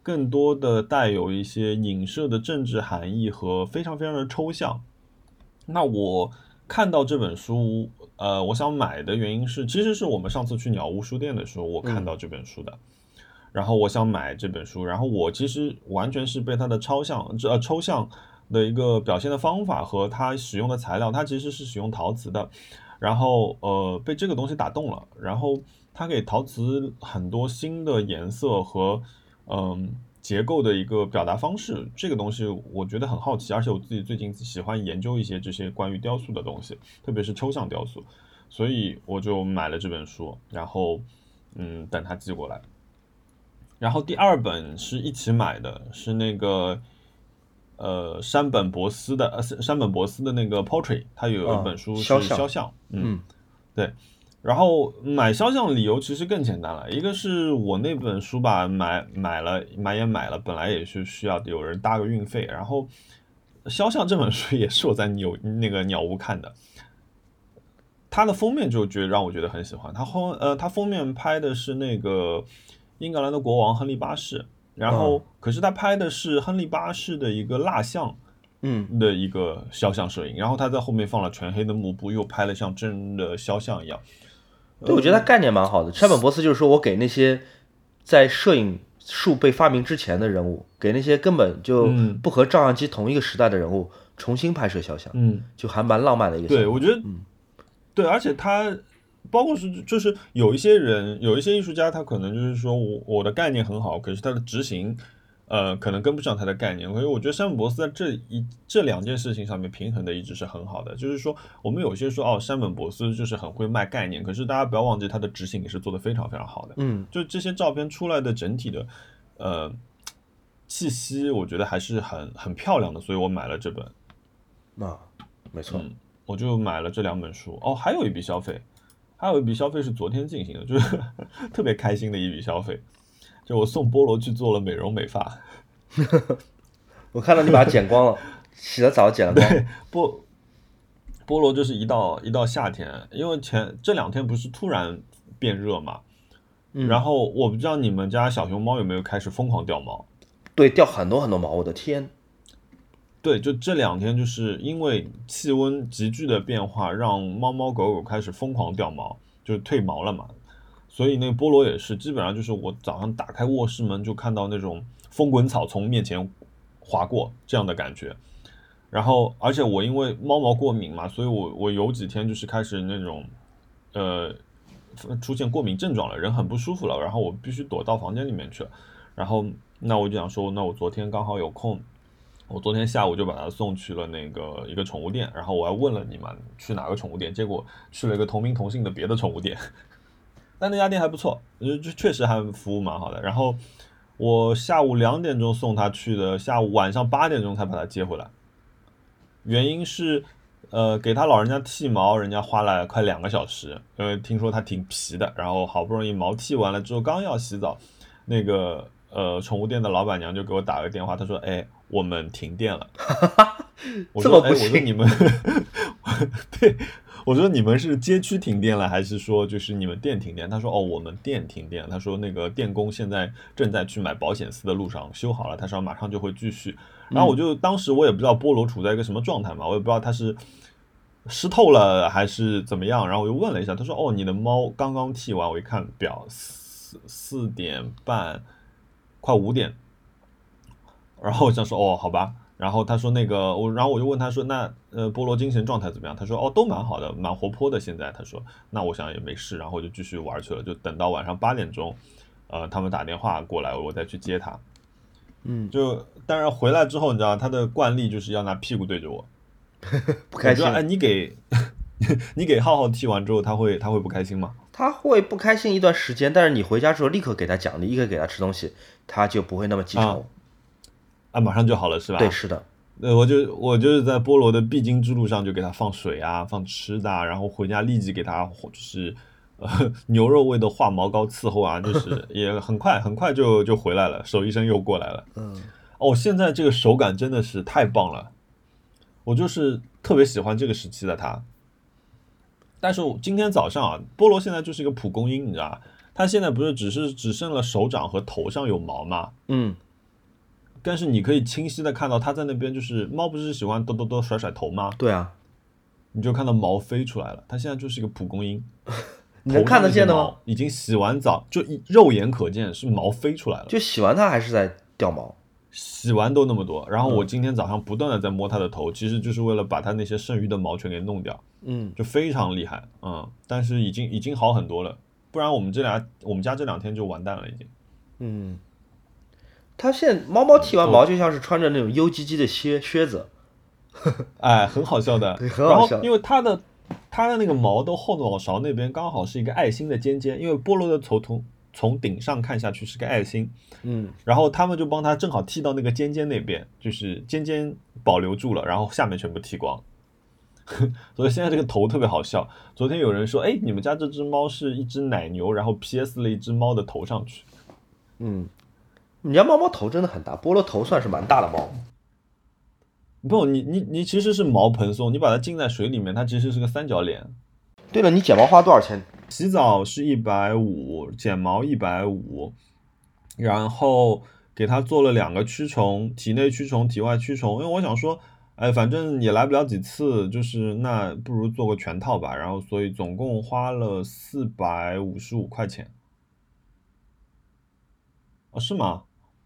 更多的带有一些影射的政治含义和非常非常的抽象。那我看到这本书，呃，我想买的原因是，其实是我们上次去鸟屋书店的时候，我看到这本书的，嗯、然后我想买这本书，然后我其实完全是被它的抽象，呃，抽象的一个表现的方法和它使用的材料，它其实是使用陶瓷的，然后呃，被这个东西打动了，然后它给陶瓷很多新的颜色和嗯。呃结构的一个表达方式，这个东西我觉得很好奇，而且我自己最近喜欢研究一些这些关于雕塑的东西，特别是抽象雕塑，所以我就买了这本书，然后嗯等它寄过来。然后第二本是一起买的，是那个呃山本博司的呃山本博司的那个 Portrait， 它有一本书是肖像， 肖像嗯，嗯对。然后买肖像理由其实更简单了，一个是我那本书吧，买买了买也买了，本来也是需要有人搭个运费。然后肖像这本书也是我在鸟那个鸟屋看的，它的封面就觉得让我觉得很喜欢。它后呃它封面拍的是那个英格兰的国王亨利八世，然后、嗯、可是他拍的是亨利八世的一个蜡像。 嗯的一个肖像摄影，然后他在后面放了全黑的幕布，又拍了像真的肖像一样。 对，我觉得他概念蛮好的。山本博司就是说我给那些在摄影术被发明之前的人物，给那些根本就不和照相机同一个时代的人物重新拍摄肖像， 嗯， 就还蛮浪漫的一个。 对，我觉得， 嗯， 对，而且他包括是就是有一些人，有一些艺术家，他可能就是说我我的概念很好，可是他的执行。呃，可能跟不上他的概念，所以我觉得山本博司在这一这两件事情上面平衡的一直是很好的。就是说，我们有些说哦，山本博司就是很会卖概念，可是大家不要忘记他的执行也是做得非常非常好的。 嗯， 就这些照片出来的整体的呃气息，我觉得还是很很漂亮的，所以我买了这本。 啊，没错、 嗯，我就买了这两本书。哦，还有一笔消费，还有一笔消费是昨天进行的，就是特别开心的一笔消费。就我送菠萝去做了美容美发， 我看到你把它剪光了，洗了澡剪了光。 对，菠菠萝就是一到一到夏天，因为前这两天不是突然变热嘛、嗯，然后我不知道你们家小熊猫有没有开始疯狂掉毛？ 对，掉很多很多毛，我的天！ 对，就这两天就是因为气温急剧的变化，让猫猫狗狗开始疯狂掉毛，就是褪毛了嘛。所以那个菠萝也是，基本上就是我早上打开卧室门就看到那种风滚草从面前划过这样的感觉。然后，而且我因为猫毛过敏嘛，所以我我有几天就是开始那种，呃，出现过敏症状了，人很不舒服了。然后我必须躲到房间里面去了。然后那我就想说，那我昨天刚好有空，我昨天下午就把它送去了那个一个宠物店。然后我还问了你们去哪个宠物店，结果去了一个同名同姓的别的宠物店。但那家店还不错，就确实还服务蛮好的。然后我下午两点钟送他去的，下午晚上八点钟才把他接回来。原因是，呃，给他老人家剃毛，人家花了快两个小时，因为听说他挺皮的。然后好不容易毛剃完了之后，刚要洗澡，那个呃宠物店的老板娘就给我打个电话，她说：“哎，我们停电了。”我说：“哎，我说你们，对。”我说你们是街区停电了，还是说就是你们店停电？他说哦，我们店停电。他说那个电工现在正在去买保险丝的路上，修好了，他说马上就会继续。然后我就、嗯、当时我也不知道菠萝处在一个什么状态嘛，我也不知道他是湿透了还是怎么样。然后我就问了一下，他说哦，你的猫刚刚剃完，我一看表四四点半，快五点。然后我想说哦，好吧。然后他说那个我，然后我就问他说，那呃菠萝精神状态怎么样？他说哦都蛮好的，蛮活泼的。现在他说那我想也没事，然后我就继续玩去了，就等到晚上八点钟，呃他们打电话过来，我再去接他。 嗯， 就当然回来之后，你知道他的惯例就是要拿屁股对着我， 不开心。 哎，你给你给浩浩剃完之后，他会他会不开心吗？ 他会不开心一段时间，但是你回家之后立刻给他奖励，立刻给他吃东西，他就不会那么记仇。啊啊，马上就好了是吧？ 对，是的。 呃，我就我就是在菠萝的必经之路上就给他放水啊，放吃的啊，然后回家立即给他就是呃牛肉味的化毛膏伺候啊，就是也很快很快就就回来了，手医生又过来了。 嗯， 哦，现在这个手感真的是太棒了，我就是特别喜欢这个时期的他。但是今天早上啊，菠萝现在就是一个蒲公英，你知道吧？他现在不是只是只剩了手掌和头上有毛吗？ 嗯。 但是你可以清晰的看到它在那边，就是猫不是喜欢哆哆哆甩甩头吗？ 对啊， 你就看到毛飞出来了，它现在就是一个蒲公英， 你能看得见的吗？ 已经洗完澡，就肉眼可见是毛飞出来了， 就洗完它还是在掉毛。 洗完都那么多，然后我今天早上不断的在摸它的头，嗯、其实就是为了把它那些剩余的毛全给弄掉， 嗯， 就非常厉害，嗯，但是已经已经好很多了，不然我们这俩我们家这两天就完蛋了已经， 嗯，它现在猫猫剃完毛就像是穿着那种 U G G 的靴靴子， 哎，很好笑的， 对，很好笑， 然后因为它的它的那个毛的后脑勺那边刚好是一个爱心的尖尖，因为菠萝的头从从顶上看下去是个爱心。 嗯， 然后他们就帮他正好剃到那个尖尖那边，就是尖尖保留住了，然后下面全部剃光。所以现在这个头特别好笑。昨天有人说，哎，你们家这只猫是一只奶牛，然后 P S 了一只猫的头上去。 嗯，你家猫猫头真的很大，菠萝头算是蛮大的猫。 不，你你你其实是毛蓬松，你把它浸在水里面，它其实是个三角脸。 对了，你剪毛花多少钱？ 洗澡是一百五，剪毛一百五。然后给它做了两个驱虫，体内驱虫、体外驱虫，因为我想说，哎，反正也来不了几次，就是那不如做个全套吧。然后所以总共花了四百五十五块钱。哦，是吗？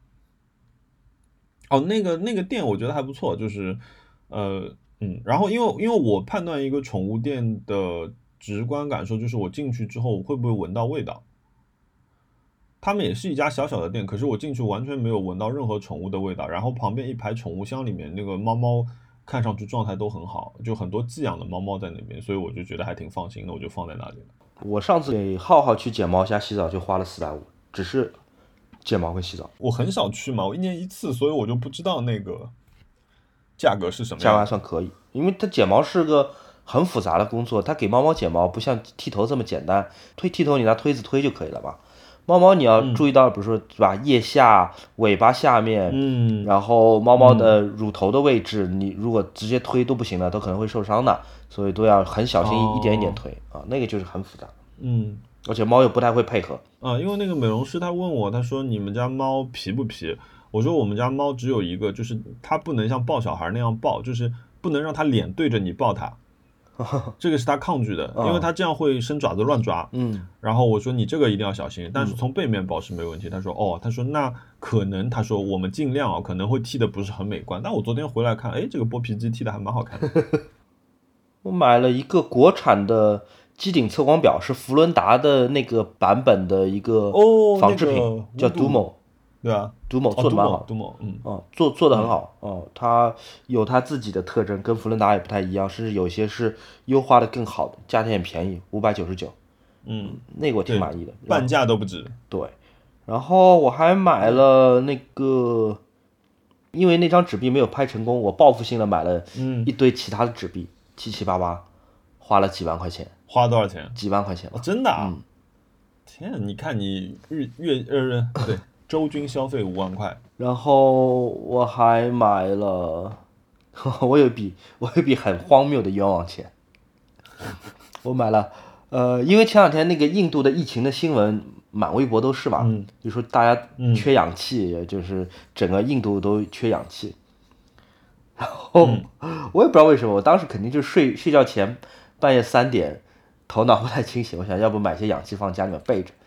哦，那个那个店我觉得还不错，就是呃嗯，然后因为因为我判断一个宠物店的直观感受就是我进去之后会不会闻到味道。他们也是一家小小的店，可是我进去完全没有闻到任何宠物的味道。然后旁边一排宠物箱里面那个猫猫看上去状态都很好，就很多寄养的猫猫在那边，所以我就觉得还挺放心的，我就放在那里了。 我上次给浩浩去剪毛加洗澡就花了四百五，只是剪毛跟洗澡。 我很少去嘛，我一年一次，所以我就不知道那个价格是什么样。 价格还算可以，因为它剪毛是个很复杂的工作，它给猫猫剪毛不像剃头这么简单，推剃头你拿推子推就可以了吧。猫猫你要注意到，比如说是吧，腋下、尾巴下面， 嗯， 然后猫猫的乳头的位置，你如果直接推都不行的，都可能会受伤的，所以都要很小心一点一点推啊，那个就是很复杂。 嗯， 而且猫又不太会配合啊，因为那个美容师他问我，他说你们家猫皮不皮？我说我们家猫只有一个，就是它不能像抱小孩那样抱，就是不能让它脸对着你抱它。这个是他抗拒的，因为他这样会伸爪子乱抓。 嗯， 然后我说你这个一定要小心，但是从背面抱是没问题。他说哦，他说那可能，他说我们尽量啊，可能会剃的不是很美观。但我昨天回来看，哎，这个剥皮机剃的还蛮好看的。 我买了一个国产的机顶测光表，是福伦达的那个版本的一个仿制品， 哦那个、 叫 Dumo。 对啊 ，Dumo 做的蛮好 ，Dumo，嗯， 哦，做做的很好哦，它有它自己的特征，跟福伦达也不太一样，甚至有些是优化的更好的，价钱也便宜，五百九十九， 嗯， 那个我挺满意的， 半价都不止。 对，然后我还买了那个，因为那张纸币没有拍成功，我报复性的买了一堆其他的纸币，七七八八，花了几万块钱。 花多少钱？ 几万块钱、 哦，真的啊！ 嗯、 天啊，你看你日月呃对。周均消费五万块， 然后我还买了，我有一笔我有一笔很荒谬的冤枉钱，我买了，呃，因为前两天那个印度的疫情的新闻满微博都是嘛， 嗯、 就说大家缺氧气，嗯、就是整个印度都缺氧气，然后、嗯、我也不知道为什么，我当时肯定就睡睡觉前半夜三点，头脑不太清醒，我想要不买些氧气放家里面备着。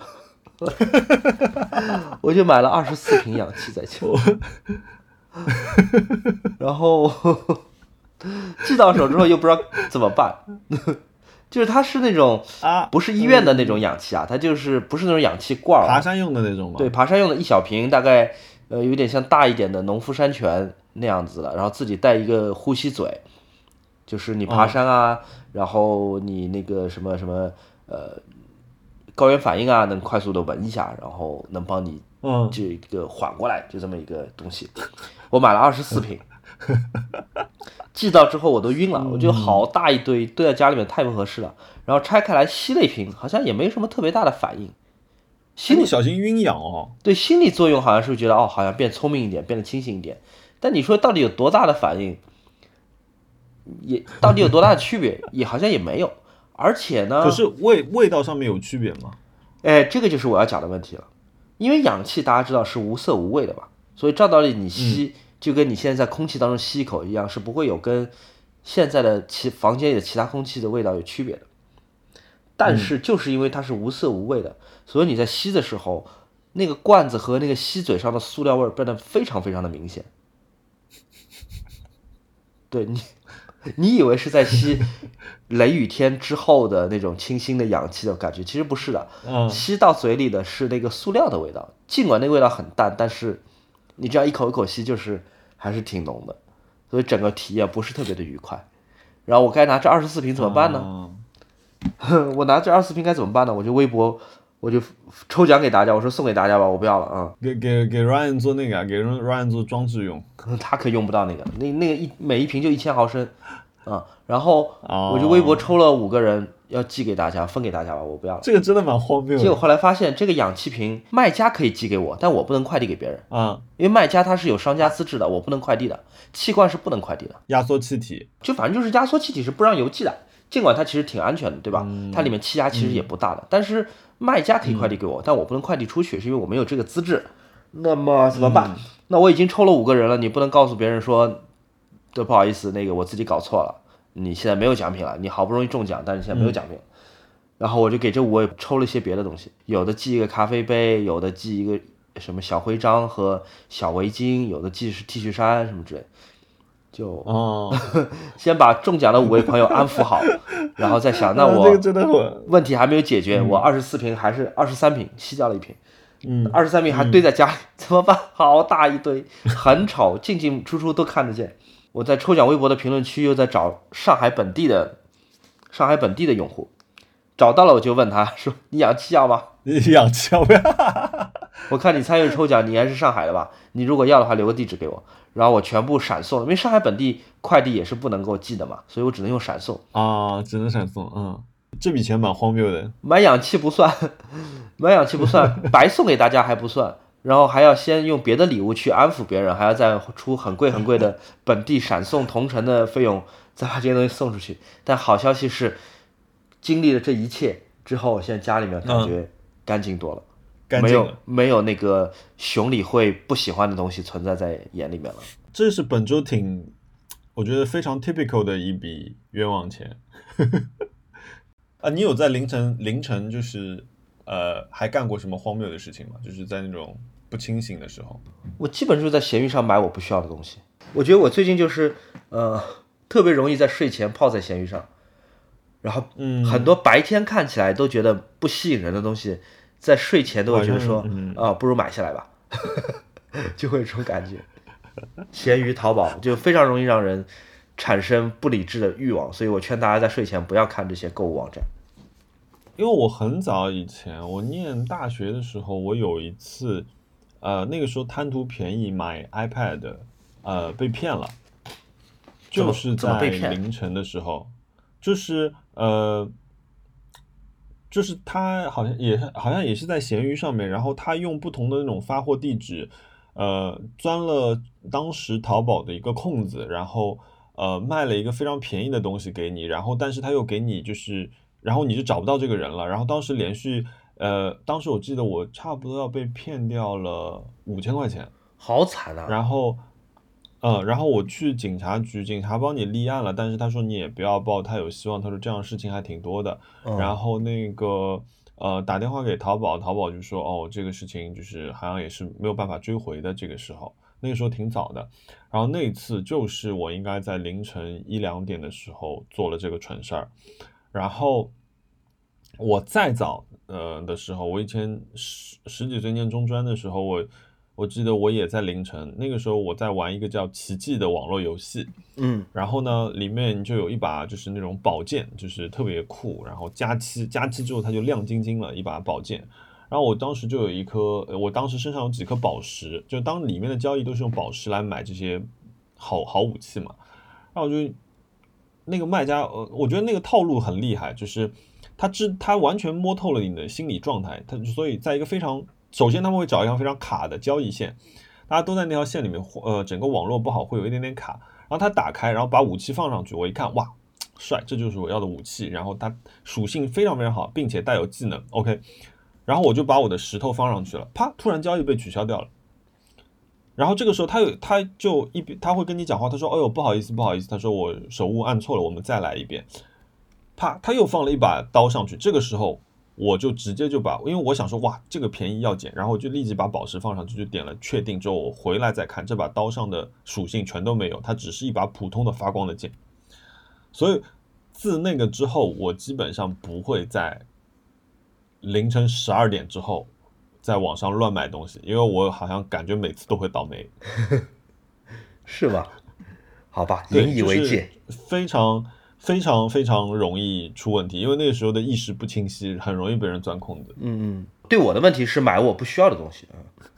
我就买了二十四瓶氧气在家，然后寄到手之后又不知道怎么办，就是它是那种啊，不是医院的那种氧气啊，它就是不是那种氧气罐、啊， 爬山用的那种吗？ 对，爬山用的一小瓶，大概呃有点像大一点的农夫山泉那样子的，然后自己带一个呼吸嘴，就是你爬山啊，嗯、然后你那个什么什么呃。高原反应啊，能快速的闻一下，然后能帮你这个缓过来，就这么一个东西。我买了二十四瓶，寄到之后我都晕了，我觉得好大一堆堆在家里面太不合适了。然后拆开来吸了一瓶，好像也没什么特别大的反应。 心里小心晕氧哦。 对，心理作用好像是觉得哦，好像变聪明一点，变得清醒一点。但你说到底有多大的反应，也到底有多大的区别，也好像也没有。而且呢， 可是味味道上面有区别吗？ 哎，这个就是我要讲的问题了。因为氧气大家知道是无色无味的吧？ 所以照道理你吸、嗯、就跟你现在在空气当中吸一口一样，是不会有跟现在的其房间里的其他空气的味道有区别的。但是就是因为它是无色无味的、嗯、所以你在吸的时候，那个罐子和那个吸嘴上的塑料味变得非常非常的明显。对你，你以为是在吸雷雨天之后的那种清新的氧气的感觉，其实不是的。 嗯， 吸到嘴里的是那个塑料的味道，尽管那个味道很淡，但是你这样一口一口吸，就是还是挺浓的，所以整个体验不是特别的愉快。然后我该拿这二十四瓶怎么办呢？嗯、我拿这二十四瓶该怎么办呢？我就微博，我就抽奖给大家，我说送给大家吧，我不要了啊、 嗯。给给给 Ryan 做那个，给 Ryan 做装置用， 他可用不到那个，那那个一每一瓶就一千毫升。啊、嗯，然后我就微博抽了五个人，要寄给大家，分给大家吧，我不要了。 这个真的蛮荒谬的。 结果后来发现，这个氧气瓶卖家可以寄给我，但我不能快递给别人啊、嗯， 因为卖家他是有商家资质的，我不能快递的。气罐是不能快递的， 压缩气体， 就反正就是压缩气体是不让邮寄的，尽管它其实挺安全的，对吧？嗯、它里面气压其实也不大的，嗯、但是卖家可以快递给我，嗯、但我不能快递出去，是因为我没有这个资质。那么怎么办？嗯、那我已经抽了五个人了，你不能告诉别人说，对，不好意思，那个我自己搞错了。你现在没有奖品了，你好不容易中奖，但是现在没有奖品、嗯、然后我就给这五位抽了一些别的东西，有的寄一个咖啡杯，有的寄一个什么小徽章和小围巾，有的寄是 T 恤衫什么之类，就哦， 先把中奖的五位朋友安抚好，然后再想，那我问题还没有解决，我二十四瓶还是二十三瓶，吸掉了一瓶， 嗯， 二十三瓶还堆在家里、嗯、怎么办？好大一堆，很丑，进进出出都看得见。我在抽奖微博的评论区又在找上海本地的上海本地的用户，找到了我就问他说：“你氧气要吗？ 你氧气要不要？ 我看你参与抽奖，你还是上海的吧？你如果要的话，留个地址给我。”然后我全部闪送了，因为上海本地快递也是不能够寄的嘛，所以我只能用闪送啊，只能闪送。嗯，这笔钱蛮荒谬的。 买氧气不算，买氧气不算，白送给大家还不算。然后还要先用别的礼物去安抚别人，还要再出很贵很贵的本地闪送同城的费用，再把这些东西送出去。但好消息是，经历了这一切之后，现在家里面感觉干净多了， 嗯、 没有没有那个熊理会不喜欢的东西存在在眼里面了。 这是本周挺，我觉得非常 typical 的一笔冤枉钱。啊，你有在凌晨凌晨就是呃还干过什么荒谬的事情吗？就是在那种不清醒的时候。 我基本就是在闲鱼上买我不需要的东西。我觉得我最近就是呃特别容易在睡前泡在闲鱼上，然后很多白天看起来都觉得不吸引人的东西，在睡前都会觉得说啊、嗯呃、不如买下来吧，就会有这种感觉。闲鱼淘宝就非常容易让人产生不理智的欲望，所以我劝大家在睡前不要看这些购物网站。 因为我很早以前我念大学的时候，我有一次呃，那个时候贪图便宜买 iPad， 呃，被骗了，就是在凌晨的时候，就是呃，就是他好像也是好像也是在闲鱼上面，然后他用不同的那种发货地址，呃，钻了当时淘宝的一个空子，然后呃卖了一个非常便宜的东西给你，然后但是他又给你就是，然后你就找不到这个人了，然后当时连续。呃，当时我记得我差不多要被骗掉了五千块钱， 好惨啊！ 然后，呃，然后我去警察局，警察帮你立案了，但是他说你也不要报太有希望，他说这样的事情还挺多的。嗯、然后那个呃打电话给淘宝，淘宝就说哦这个事情就是好像也是没有办法追回的。这个时候，那个时候挺早的。然后那一次就是我应该在凌晨一两点的时候做了这个蠢事儿，然后我再早。呃的时候，我以前十十几岁念中专的时候，我我记得我也在凌晨，那个时候我在玩一个叫奇迹的网络游戏， 嗯， 然后呢，里面就有一把就是那种宝剑，就是特别酷，然后加七加七之后它就亮晶晶了一把宝剑，然后我当时就有一颗，我当时身上有几颗宝石，就当里面的交易都是用宝石来买这些好好武器嘛，然后我就那个卖家，呃，我觉得那个套路很厉害，就是。他知他完全摸透了你的心理状态，他所以在一个非常首先他们会找一条非常卡的交易线，大家都在那条线里面，呃，整个网络不好会有一点点卡，然后他打开，然后把武器放上去，我一看，哇，帅，这就是我要的武器，然后它属性非常非常好，并且带有技能 ，OK， 然后我就把我的石头放上去了，啪，突然交易被取消掉了， 然后这个时候他有他就一边他会跟你讲话，他说：“哎呦，不好意思，不好意思。”他说：“我手误按错了，我们再来一遍。”啪，他又放了一把刀上去。这个时候我就直接就把，因为我想说哇，这个便宜要捡，然后我就立即把宝石放上去，就点了确定之后，我回来再看，这把刀上的属性全都没有，它只是一把普通的发光的剑。所以自那个之后，我基本上不会在凌晨十二点之后在网上乱买东西，因为我好像感觉每次都会倒霉。 是吧？好吧， 对， 引以为戒。 就是非常非常非常容易出问题，因为那个时候的意识不清晰，很容易被人钻空子。 嗯嗯，对我的问题是买我不需要的东西。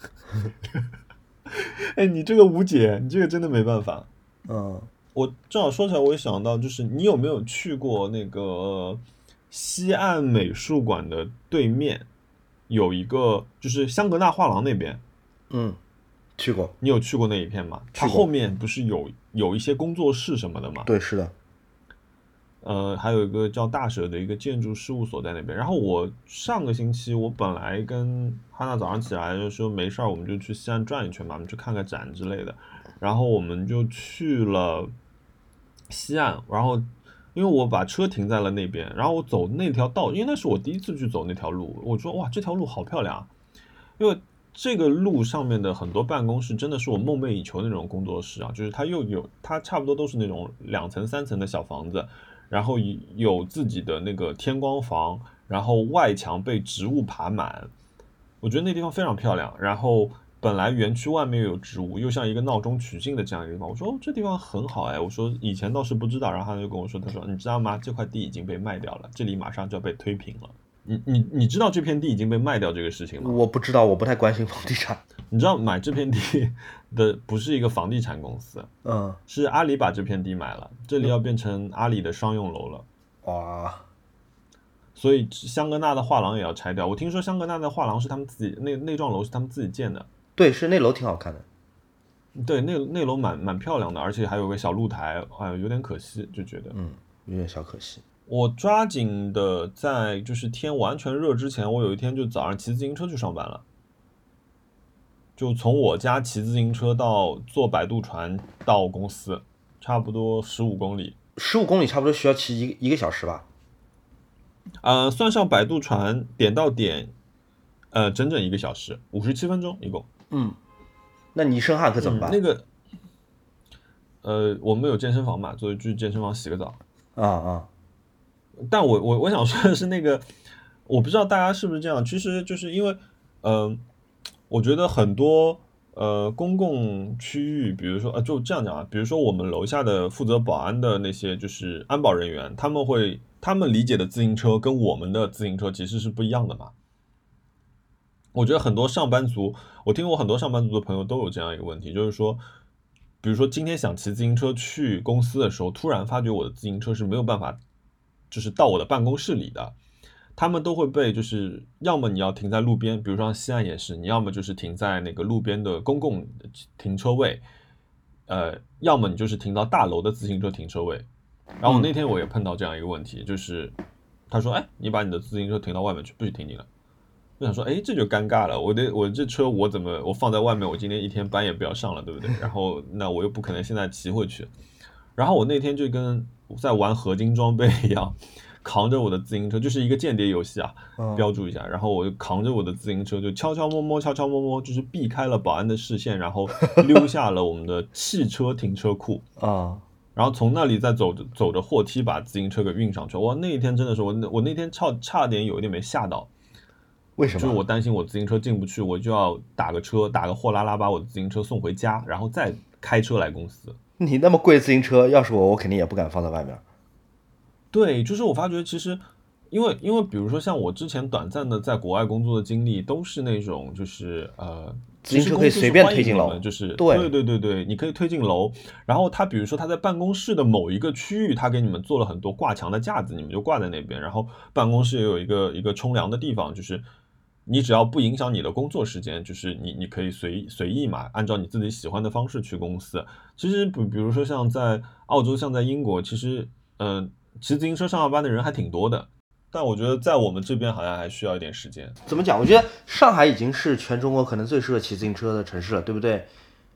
哎，你这个无解，你这个真的没办法。 嗯， 我正好说起来，我也想到，就是你有没有去过那个西岸美术馆的对面有一个，就是香格纳画廊那边？ 嗯，去过。 你有去过那一片吗？它后面不是有有一些工作室什么的吗？ 对，是的。 呃，还有一个叫大舍的一个建筑事务所在那边。然后我上个星期我本来跟哈娜早上起来就说没事儿，我们就去西岸转一圈嘛，我们去看个展之类的。然后我们就去了西岸，然后因为我把车停在了那边，然后我走那条道，因为那是我第一次去走那条路，我说哇，这条路好漂亮啊！因为这个路上面的很多办公室真的是我梦寐以求的那种工作室啊，就是它又有它差不多都是那种两层三层的小房子。然后有自己的那个天光房，然后外墙被植物爬满，我觉得那地方非常漂亮。然后本来园区外面又有植物，又像一个闹中取静的这样一个地方，我说、哦、这地方很好哎，我说以前倒是不知道。然后他就跟我说，他说你知道吗？这块地已经被卖掉了，这里马上就要被推平了。你你你知道这片地已经被卖掉这个事情吗？ 我不知道，我不太关心房地产。 你知道买这片地的不是一个房地产公司， 嗯， 是阿里把这片地买了，这里要变成阿里的商用楼了。 哇！ 所以香格纳的画廊也要拆掉。我听说香格纳的画廊是他们自己那那幢楼是他们自己建的。 对，是那楼挺好看的。 对，那那楼蛮蛮漂亮的，而且还有个小露台，哎，有点可惜，就觉得嗯，有点小可惜。 我抓紧的在就是天完全热之前，我有一天就早上骑自行车去上班了，就从我家骑自行车到坐摆渡船到公司，差不多十五公里。 十五公里差不多需要骑一个一个小时吧？ 呃，算上摆渡船点到点，呃，整整一个小时，五十七分钟一共。 嗯，那你一身汗可怎么办？ 嗯、那个，呃，我们有健身房嘛，所以去健身房洗个澡。 啊啊！ 但我我我想说的是，那个我不知道大家是不是这样，其实就是因为，嗯、呃，我觉得很多呃公共区域，比如说呃就这样讲啊，比如说我们楼下的负责保安的那些就是安保人员，他们会他们理解的自行车跟我们的自行车其实是不一样的嘛。我觉得很多上班族，我听过很多上班族的朋友都有这样一个问题，就是说，比如说今天想骑自行车去公司的时候，突然发觉我的自行车是没有办法，就是到我的办公室里的，他们都会被就是要么你要停在路边，比如说西岸也是，你要么就是停在那个路边的公共停车位，呃，要么你就是停到大楼的自行车停车位。然后那天我也碰到这样一个问题，就是他说，哎，你把你的自行车停到外面去，不许停你了。我想说，哎，这就尴尬了。我的我这车我怎么我放在外面？我今天一天班也不要上了，对不对？然后那我又不可能现在骑回去。然后我那天就跟在玩合金装备一样，扛着我的自行车，就是一个间谍游戏啊，标注一下。然后我就扛着我的自行车，就悄悄摸摸、悄悄摸摸，就是避开了保安的视线，然后溜下了我们的汽车停车库啊。 然后从那里再走着走着货梯把自行车给运上去。哇，那一天真的是我我那天差差点有一点没吓到。 为什么？ 就是我担心我自行车进不去，我就要打个车，打个货拉拉把我的自行车送回家，然后再开车来公司。 你那么贵的自行车，要是我，我肯定也不敢放在外面。 对，就是我发觉其实，因为因为比如说像我之前短暂的在国外工作的经历，都是那种就是呃， 自行车可以随便推进楼， 就是对对对对对，你可以推进楼。然后他比如说他在办公室的某一个区域，他给你们做了很多挂墙的架子，你们就挂在那边。然后办公室也有一个一个冲凉的地方，就是。你只要不影响你的工作时间，就是你你可以随随意嘛，按照你自己喜欢的方式去公司。其实比比如说像在澳洲，像在英国，其实嗯、呃，骑自行车上下班的人还挺多的。但我觉得在我们这边好像还需要一点时间。 怎么讲？我觉得上海已经是全中国可能最适合骑自行车的城市了，对不对？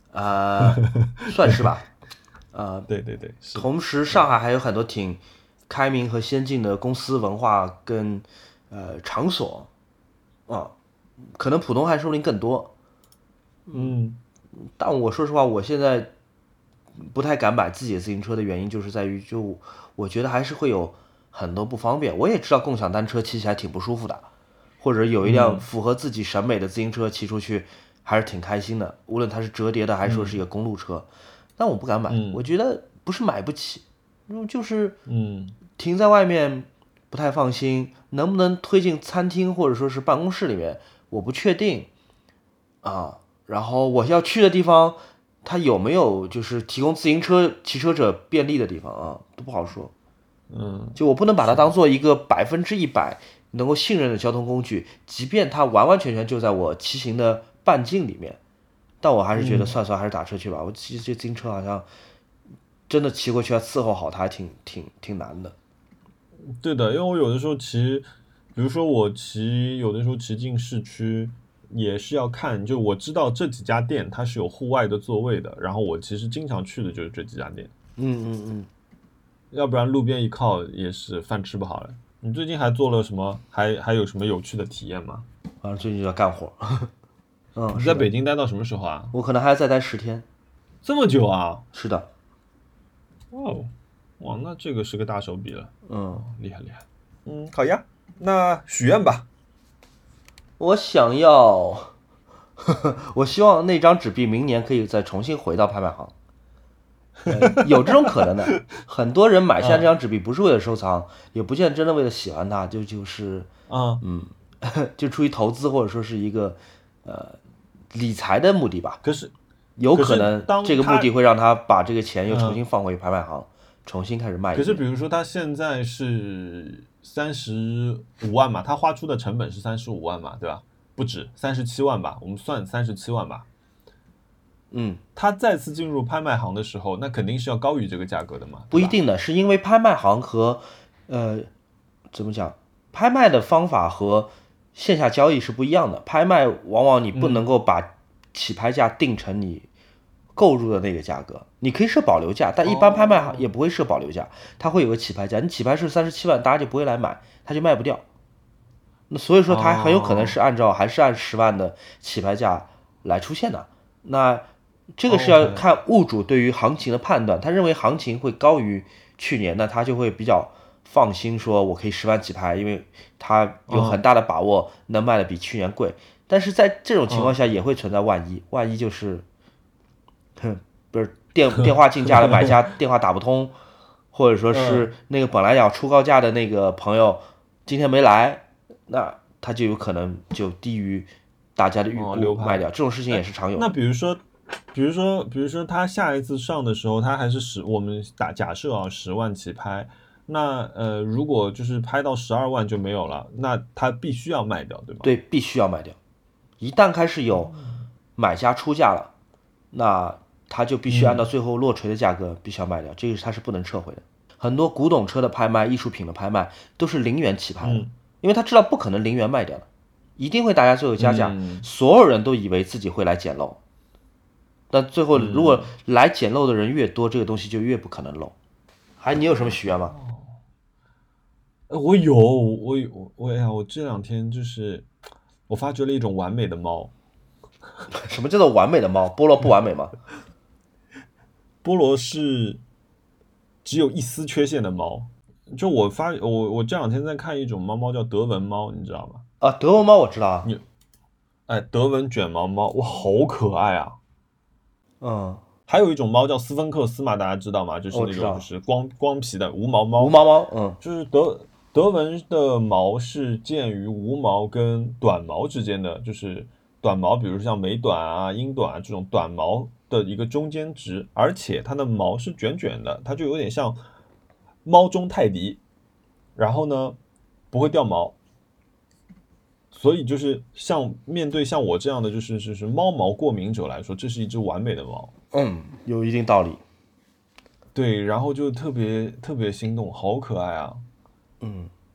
呃，算是吧。呃， 对对对，是。 同时上海还有很多挺开明和先进的公司文化跟呃场所啊，可能浦东还说不定更多。 嗯但我说实话，我现在不太敢买自己的自行车的原因，就是在于，就我觉得还是会有很多不方便。我也知道共享单车骑起来挺不舒服的，或者有一辆嗯符合自己审美的自行车骑出去还是挺开心的，无论它是折叠的还是说是一个公路车。但我不敢买，我嗯觉得不是买不起，嗯就是嗯停在外面不太放心，能不能推进餐厅或者说是办公室里面，我不确定啊。然后我要去的地方，它有没有就是提供自行车骑车者便利的地方啊，都不好说。 嗯， 就我不能把它是。 当做一个百分之一百能够信任的交通工具，即便它完完全全就在我骑行的半径里面，但我还是觉得嗯， 算算还是打车去吧。我骑这自行车好像真的骑过去要伺候好它，还挺挺挺难的。 对的，因为我有的时候骑，比如说我骑，有的时候骑进市区也是要看，就我知道这几家店它是有户外的座位的，然后我其实经常去的就是这几家店， 嗯嗯嗯， 要不然路边一靠也是饭吃不好了。你最近还做了什么？还还有什么有趣的体验吗？ 反正最近就要干活。嗯， 你在是的， 北京待到什么时候啊？ 我可能还要再待十天。 这么久啊？ 是的， 哦，哇，那这个是个大手笔了， 嗯， 哦，厉害厉害。嗯，好呀，那许愿吧。 我想要，我希望那张纸币明年可以再重新回到拍卖行。呃，有这种可能的。很多人买下这嗯张纸币不是为了收藏，也不见真的为了喜欢它，就就是嗯， 就出于投资或者说是一个呃理财的目的吧。 可是有可是可能这个目当他的会让他把这个钱又重嗯， 新放回拍卖行，重新开始卖一遍。 可是比如说他现在是三十五万嘛，他花出的成本是三十五万嘛，对吧？不止三十七万吧，我们算三十七万吧。 嗯， 他再次进入拍卖行的时候，那肯定是要高于这个价格的嘛，对吧？ 不一定的，是因为拍卖行和呃怎么讲，拍卖的方法和线下交易是不一样的。拍卖往往你不能嗯， 够把起拍价定成你购入的那个价格，你可以设保留价，但一般拍卖行哦也不会设保留价，它会有个起拍价。你起拍是三十七万，大家就不会来买，它就卖不掉。那所以说，它很有可能哦是按照还是按十万的起拍价来出现的。那这个是要 ，OK， 看物主对于行情的判断，他认为行情会高于去年，那他就会比较放心，说我可以十万起拍，因为他有很嗯大的把握能卖的比去年贵。但是在这种情况嗯， 下，也会存在万一，万一就是，哼，不是电电话竞价的买家电话打不通，或者说嗯， 是那个本来要出高价的那个朋友今天没来，那他就有可能就低于大家的预哦， 估流拍。 卖掉，这种事情也哎， 是常有的。 那比如说，比如说，比如说他下一次上的时候，他还是十，我们打假设啊，十万起拍。那呃，如果就是拍到十二万就没有了，那他必须要卖掉，对吗？ 对，必须要卖掉。一旦开始有买家出价了，那他就必须按照嗯最后落锤的价格必须要卖掉，这个他是不能撤回的。很多古董车的拍卖、艺术品的拍卖都是零元起拍的， 嗯因为他知道不可能零元卖掉的，一定会大家最后加价， 嗯所有人都以为自己会来捡漏，但最后如果嗯， 来捡漏的人越多，这个东西就越不可能漏。还你有什么许愿吗？ 呃我有，我有，我哎呀，我这两天就是我发掘了一种完美的猫。 什么叫做完美的猫？菠萝不完美吗？ 菠萝是只有一丝缺陷的猫。就我发我我这两天在看一种猫猫叫德文猫，你知道吗？ 啊，德文猫我知道啊。 你哎，德文卷毛猫，哇，好可爱啊！ 嗯， 还有一种猫叫斯芬克斯嘛，大家知道吗？就是那我知道， 种就是光光皮的无毛猫， 无毛猫。嗯就是德德文的毛是介于无毛跟短毛之间的，就是短毛，比如像美短啊、英短啊这种短毛的一个中间值，而且它的毛是卷卷的，它就有点像猫中泰迪，然后呢不会掉毛，所以就是像面对像我这样的就是就是猫毛过敏者来说，这是一只完美的猫。 嗯，有一定道理。 对，然后就特别特别心动，好可爱啊！ 嗯，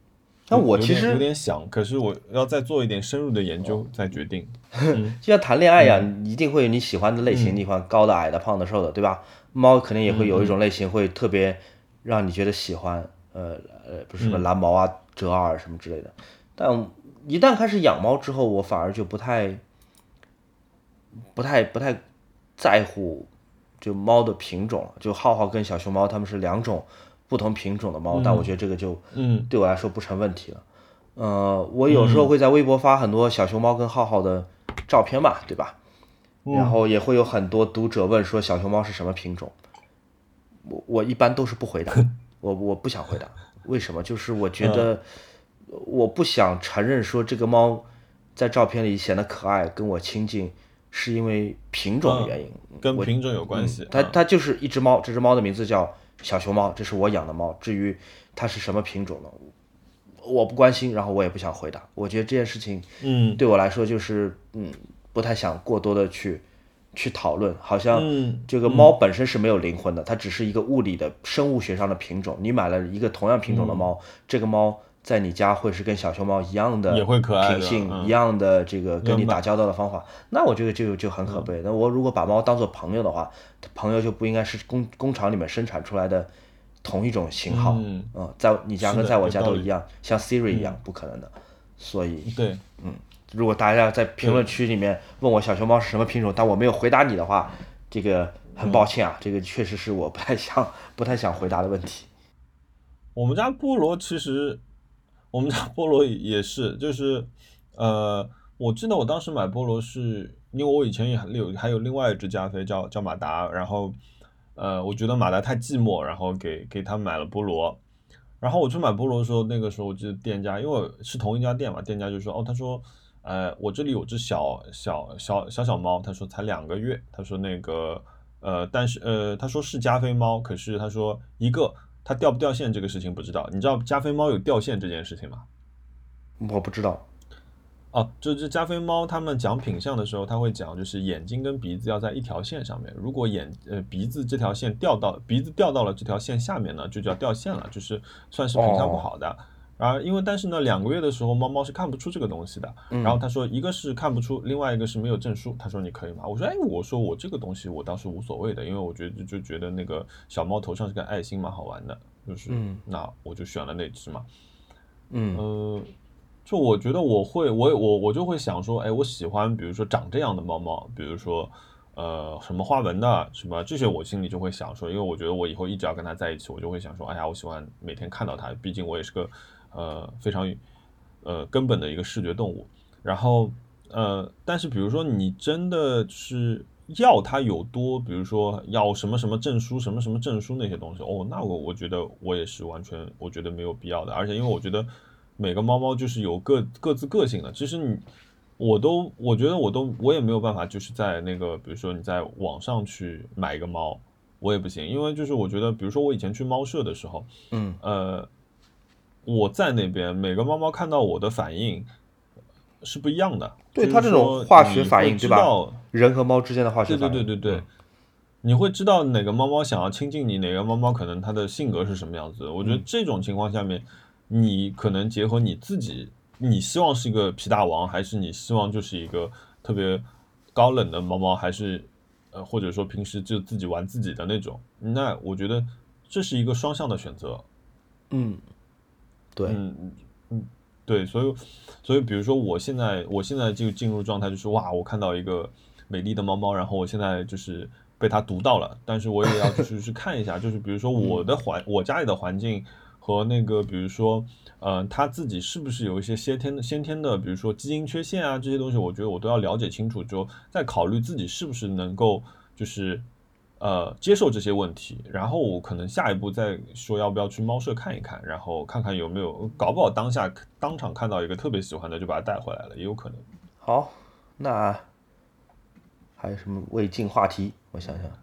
那有有点有我其实点想，可是我要再做一点深入的研究再决定。嗯就像谈恋爱一样，你一定会有你喜欢的类型， 嗯你喜欢高的、矮的、胖的、瘦的，对吧？猫肯定也会有一嗯嗯种类型会特别让你觉得喜欢，呃呃，不是什么嗯蓝毛啊、折耳什么之类的。但一旦开始养猫之后，我反而就不太、不太、不太在乎就猫的品种了。就浩浩跟小熊猫它们是两种不同品种的猫，但我觉得这个就嗯对我来说不成问题了。呃，我有时候嗯会在微博发很多小熊猫跟浩浩的照片嘛，对吧？然嗯后也会有很多读者问说小熊猫是什么品种，我我一般都是不回答，我我不想回答，为什么？就是我觉得我不想承认说这个猫在照片里显得可爱，跟我亲近，是因为品种的原因。我跟品种有关系。嗯它它就是一只猫，这只猫的名字叫小熊猫，这是我养的猫。至于它是什么品种的，我不关心，然后我也不想回答。我觉得这件事情嗯对我来说就是嗯，不太想过多的去去讨论，好像嗯这个猫本身是没有灵魂的，它只是一个物理的生物学上的品种。你买了一个同样品种的猫，这个猫在你家会是跟小熊猫一样的也会可爱的品性， 嗯一样的这个跟你要买打交道的方法，那我觉得就就很可悲。那我如果把猫当做朋友的话，朋友就不应该是工工厂里面生产出来的同一种型号， 嗯在你家是的跟在我有道理嗯家都一样，像 Siri 一样，不可能的。所以， 对， 如果大家在评论区里面问我小熊猫是什么品种，但我没有回答你的话，这个很抱歉啊，这个确实是我不太想不太想回答的问题。 我们家菠萝其实，我们家菠萝也是，就是呃，我记得我当时买菠萝是因为我以前也还有还有另外一只加菲叫叫马达，然后呃，我觉得马达太寂寞，然后给给他买了菠萝。然后我去买菠萝的时候，那个时候我记得店家，因为是同一家店嘛，店家就说，哦，他说，呃，我这里有只小小小小小猫，他说才两个月，他说那个，呃，但是呃，他说是加菲猫，可是他说一个它掉不掉线这个事情不知道，你知道加菲猫有掉线这件事情吗？ 我不知道， 哦，这只加菲猫，他们讲品相的时候，他会讲，就是眼睛跟鼻子要在一条线上面。如果眼呃鼻子这条线掉到鼻子掉到了这条线下面呢，就叫掉线了，就是算是品相不好的。然后因为但是呢，两个月的时候，猫猫是看不出这个东西的。然后他说，一个是看不出，另外一个是没有证书。他说你可以吗？我说哎，我说我这个东西我倒是无所谓的，因为我觉得就觉得那个小猫头上是个爱心蛮好玩的，就是、那我就选了那只嘛。 嗯呃，就我觉得我会，我我我就会想说，哎，我喜欢比如说长这样的猫猫，比如说呃什么花纹的，什么这些，我心里就会想说，因为我觉得我以后一直要跟它在一起，我就会想说，哎呀，我喜欢每天看到它，毕竟我也是个呃非常呃根本的一个视觉动物。然后呃，但是比如说你真的是要它有多，比如说要什么什么证书，什么什么证书那些东西，哦，那我我觉得我也是完全我觉得没有必要的，而且因为我觉得每个猫猫就是有各各自个性的，其实你我都我觉得我都我也没有办法，就是在那个比如说你在网上去买一个猫，我也不行，因为就是我觉得，比如说我以前去猫舍的时候， 嗯， 呃，我在那边每个猫猫看到我的反应是不一样的， 对它这就是说种化学你会反应，对吧知道？ 人和猫之间的化学对对反应， 对对对， 嗯你会知道哪个猫猫想要亲近你，哪个猫猫可能它的性格是什么样子的。我觉得这种情况下面，你可能结合你自己，你希望是一个皮大王，还是你希望就是一个特别高冷的猫猫，还是呃或者说平时就自己玩自己的那种，那我觉得这是一个双向的选择。 嗯，对， 嗯嗯，对，所以所以比如说我现在我现在就进入状态，就是哇，我看到一个美丽的猫猫，然后我现在就是被它毒到了，但是我也要就是去看一下，就是比如说我的环我家里的环境和那个比如说呃它自己是不是有一些先天的先天的，比如说基因缺陷啊这些东西，我觉得我都要了解清楚之后，再考虑自己是不是能够就是呃接受这些问题，然后我可能下一步再说要不要去猫舍看一看，然后看看有没有，搞不好当下当场看到一个特别喜欢的就把它带回来了，也有可能。 好，那还有什么未尽话题？我想想，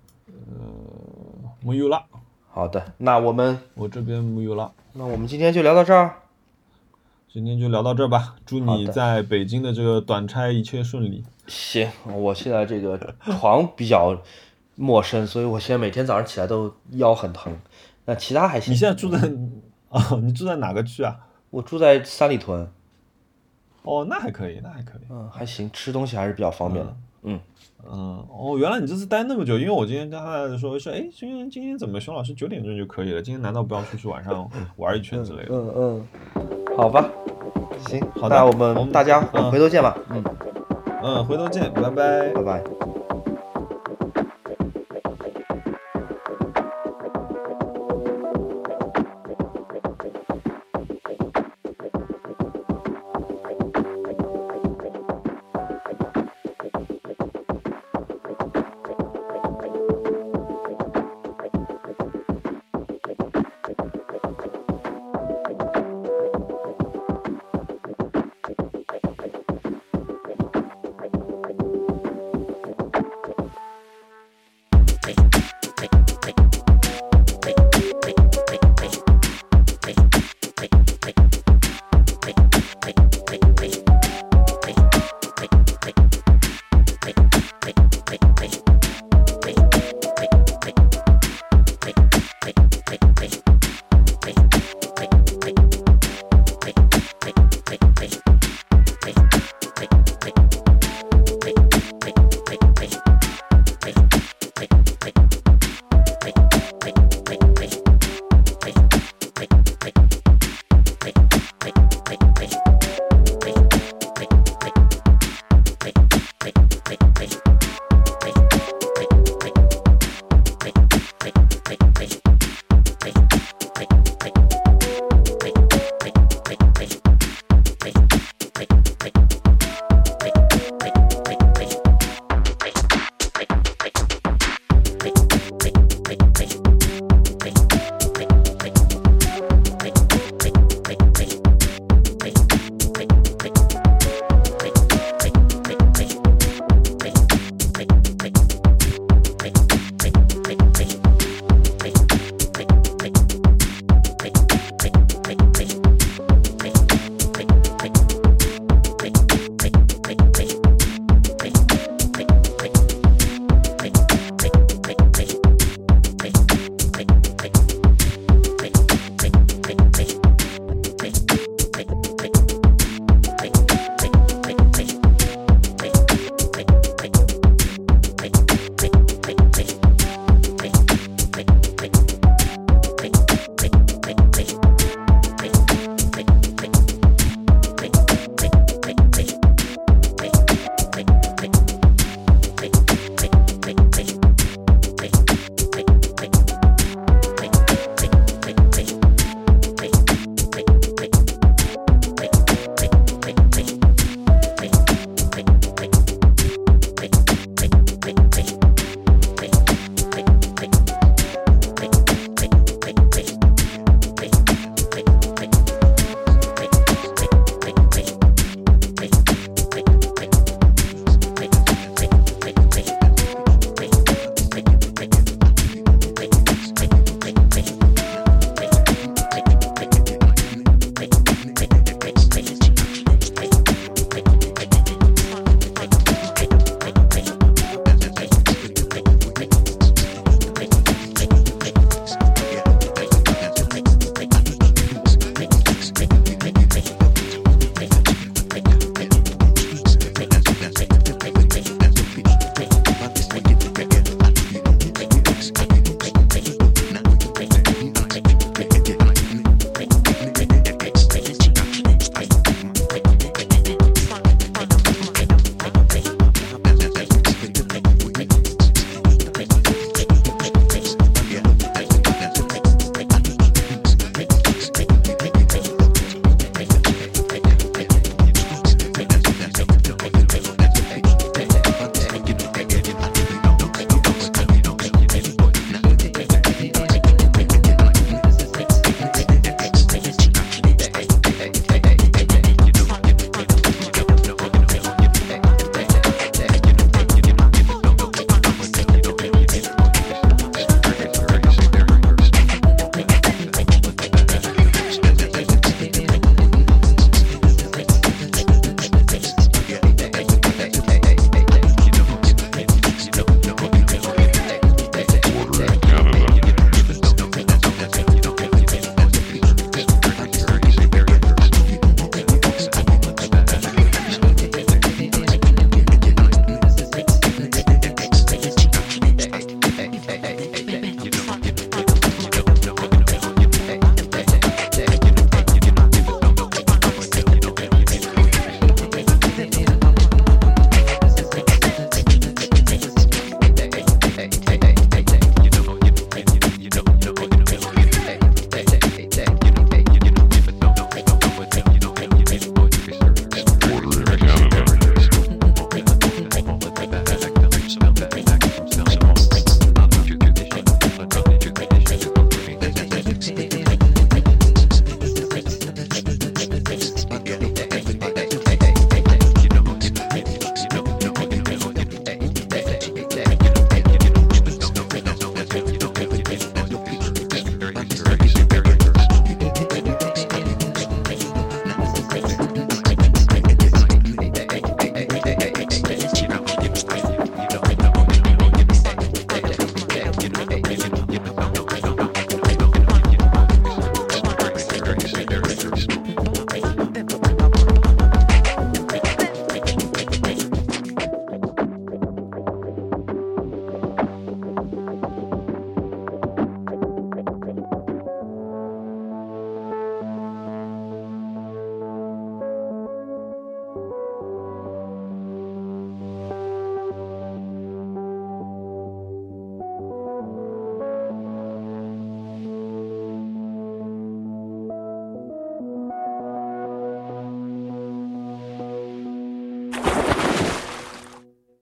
没有了， 好的，那我们我这边没有了， 那我们今天就聊到这儿。 今天就聊到这儿吧，祝好的你在北京的这个短差一切顺利。 行，我现在这个床比较陌生，所以我现在每天早上起来都腰很疼。那其他还行。 你现在住在啊、你住在哪个区啊？ 我住在三里屯。 哦，那还可以，那还可以。 嗯，还行，吃东西还是比较方便的。嗯嗯，哦，原来你这次待那么久，因为我今天跟他说说，哎，今天今天怎么熊老师九点钟就可以了？今天难道不要出去晚上玩一圈之类的？ 嗯嗯，好吧，行， 好的， 那我我们们大家嗯回头见吧。嗯， 嗯，回头见，拜拜。 拜拜。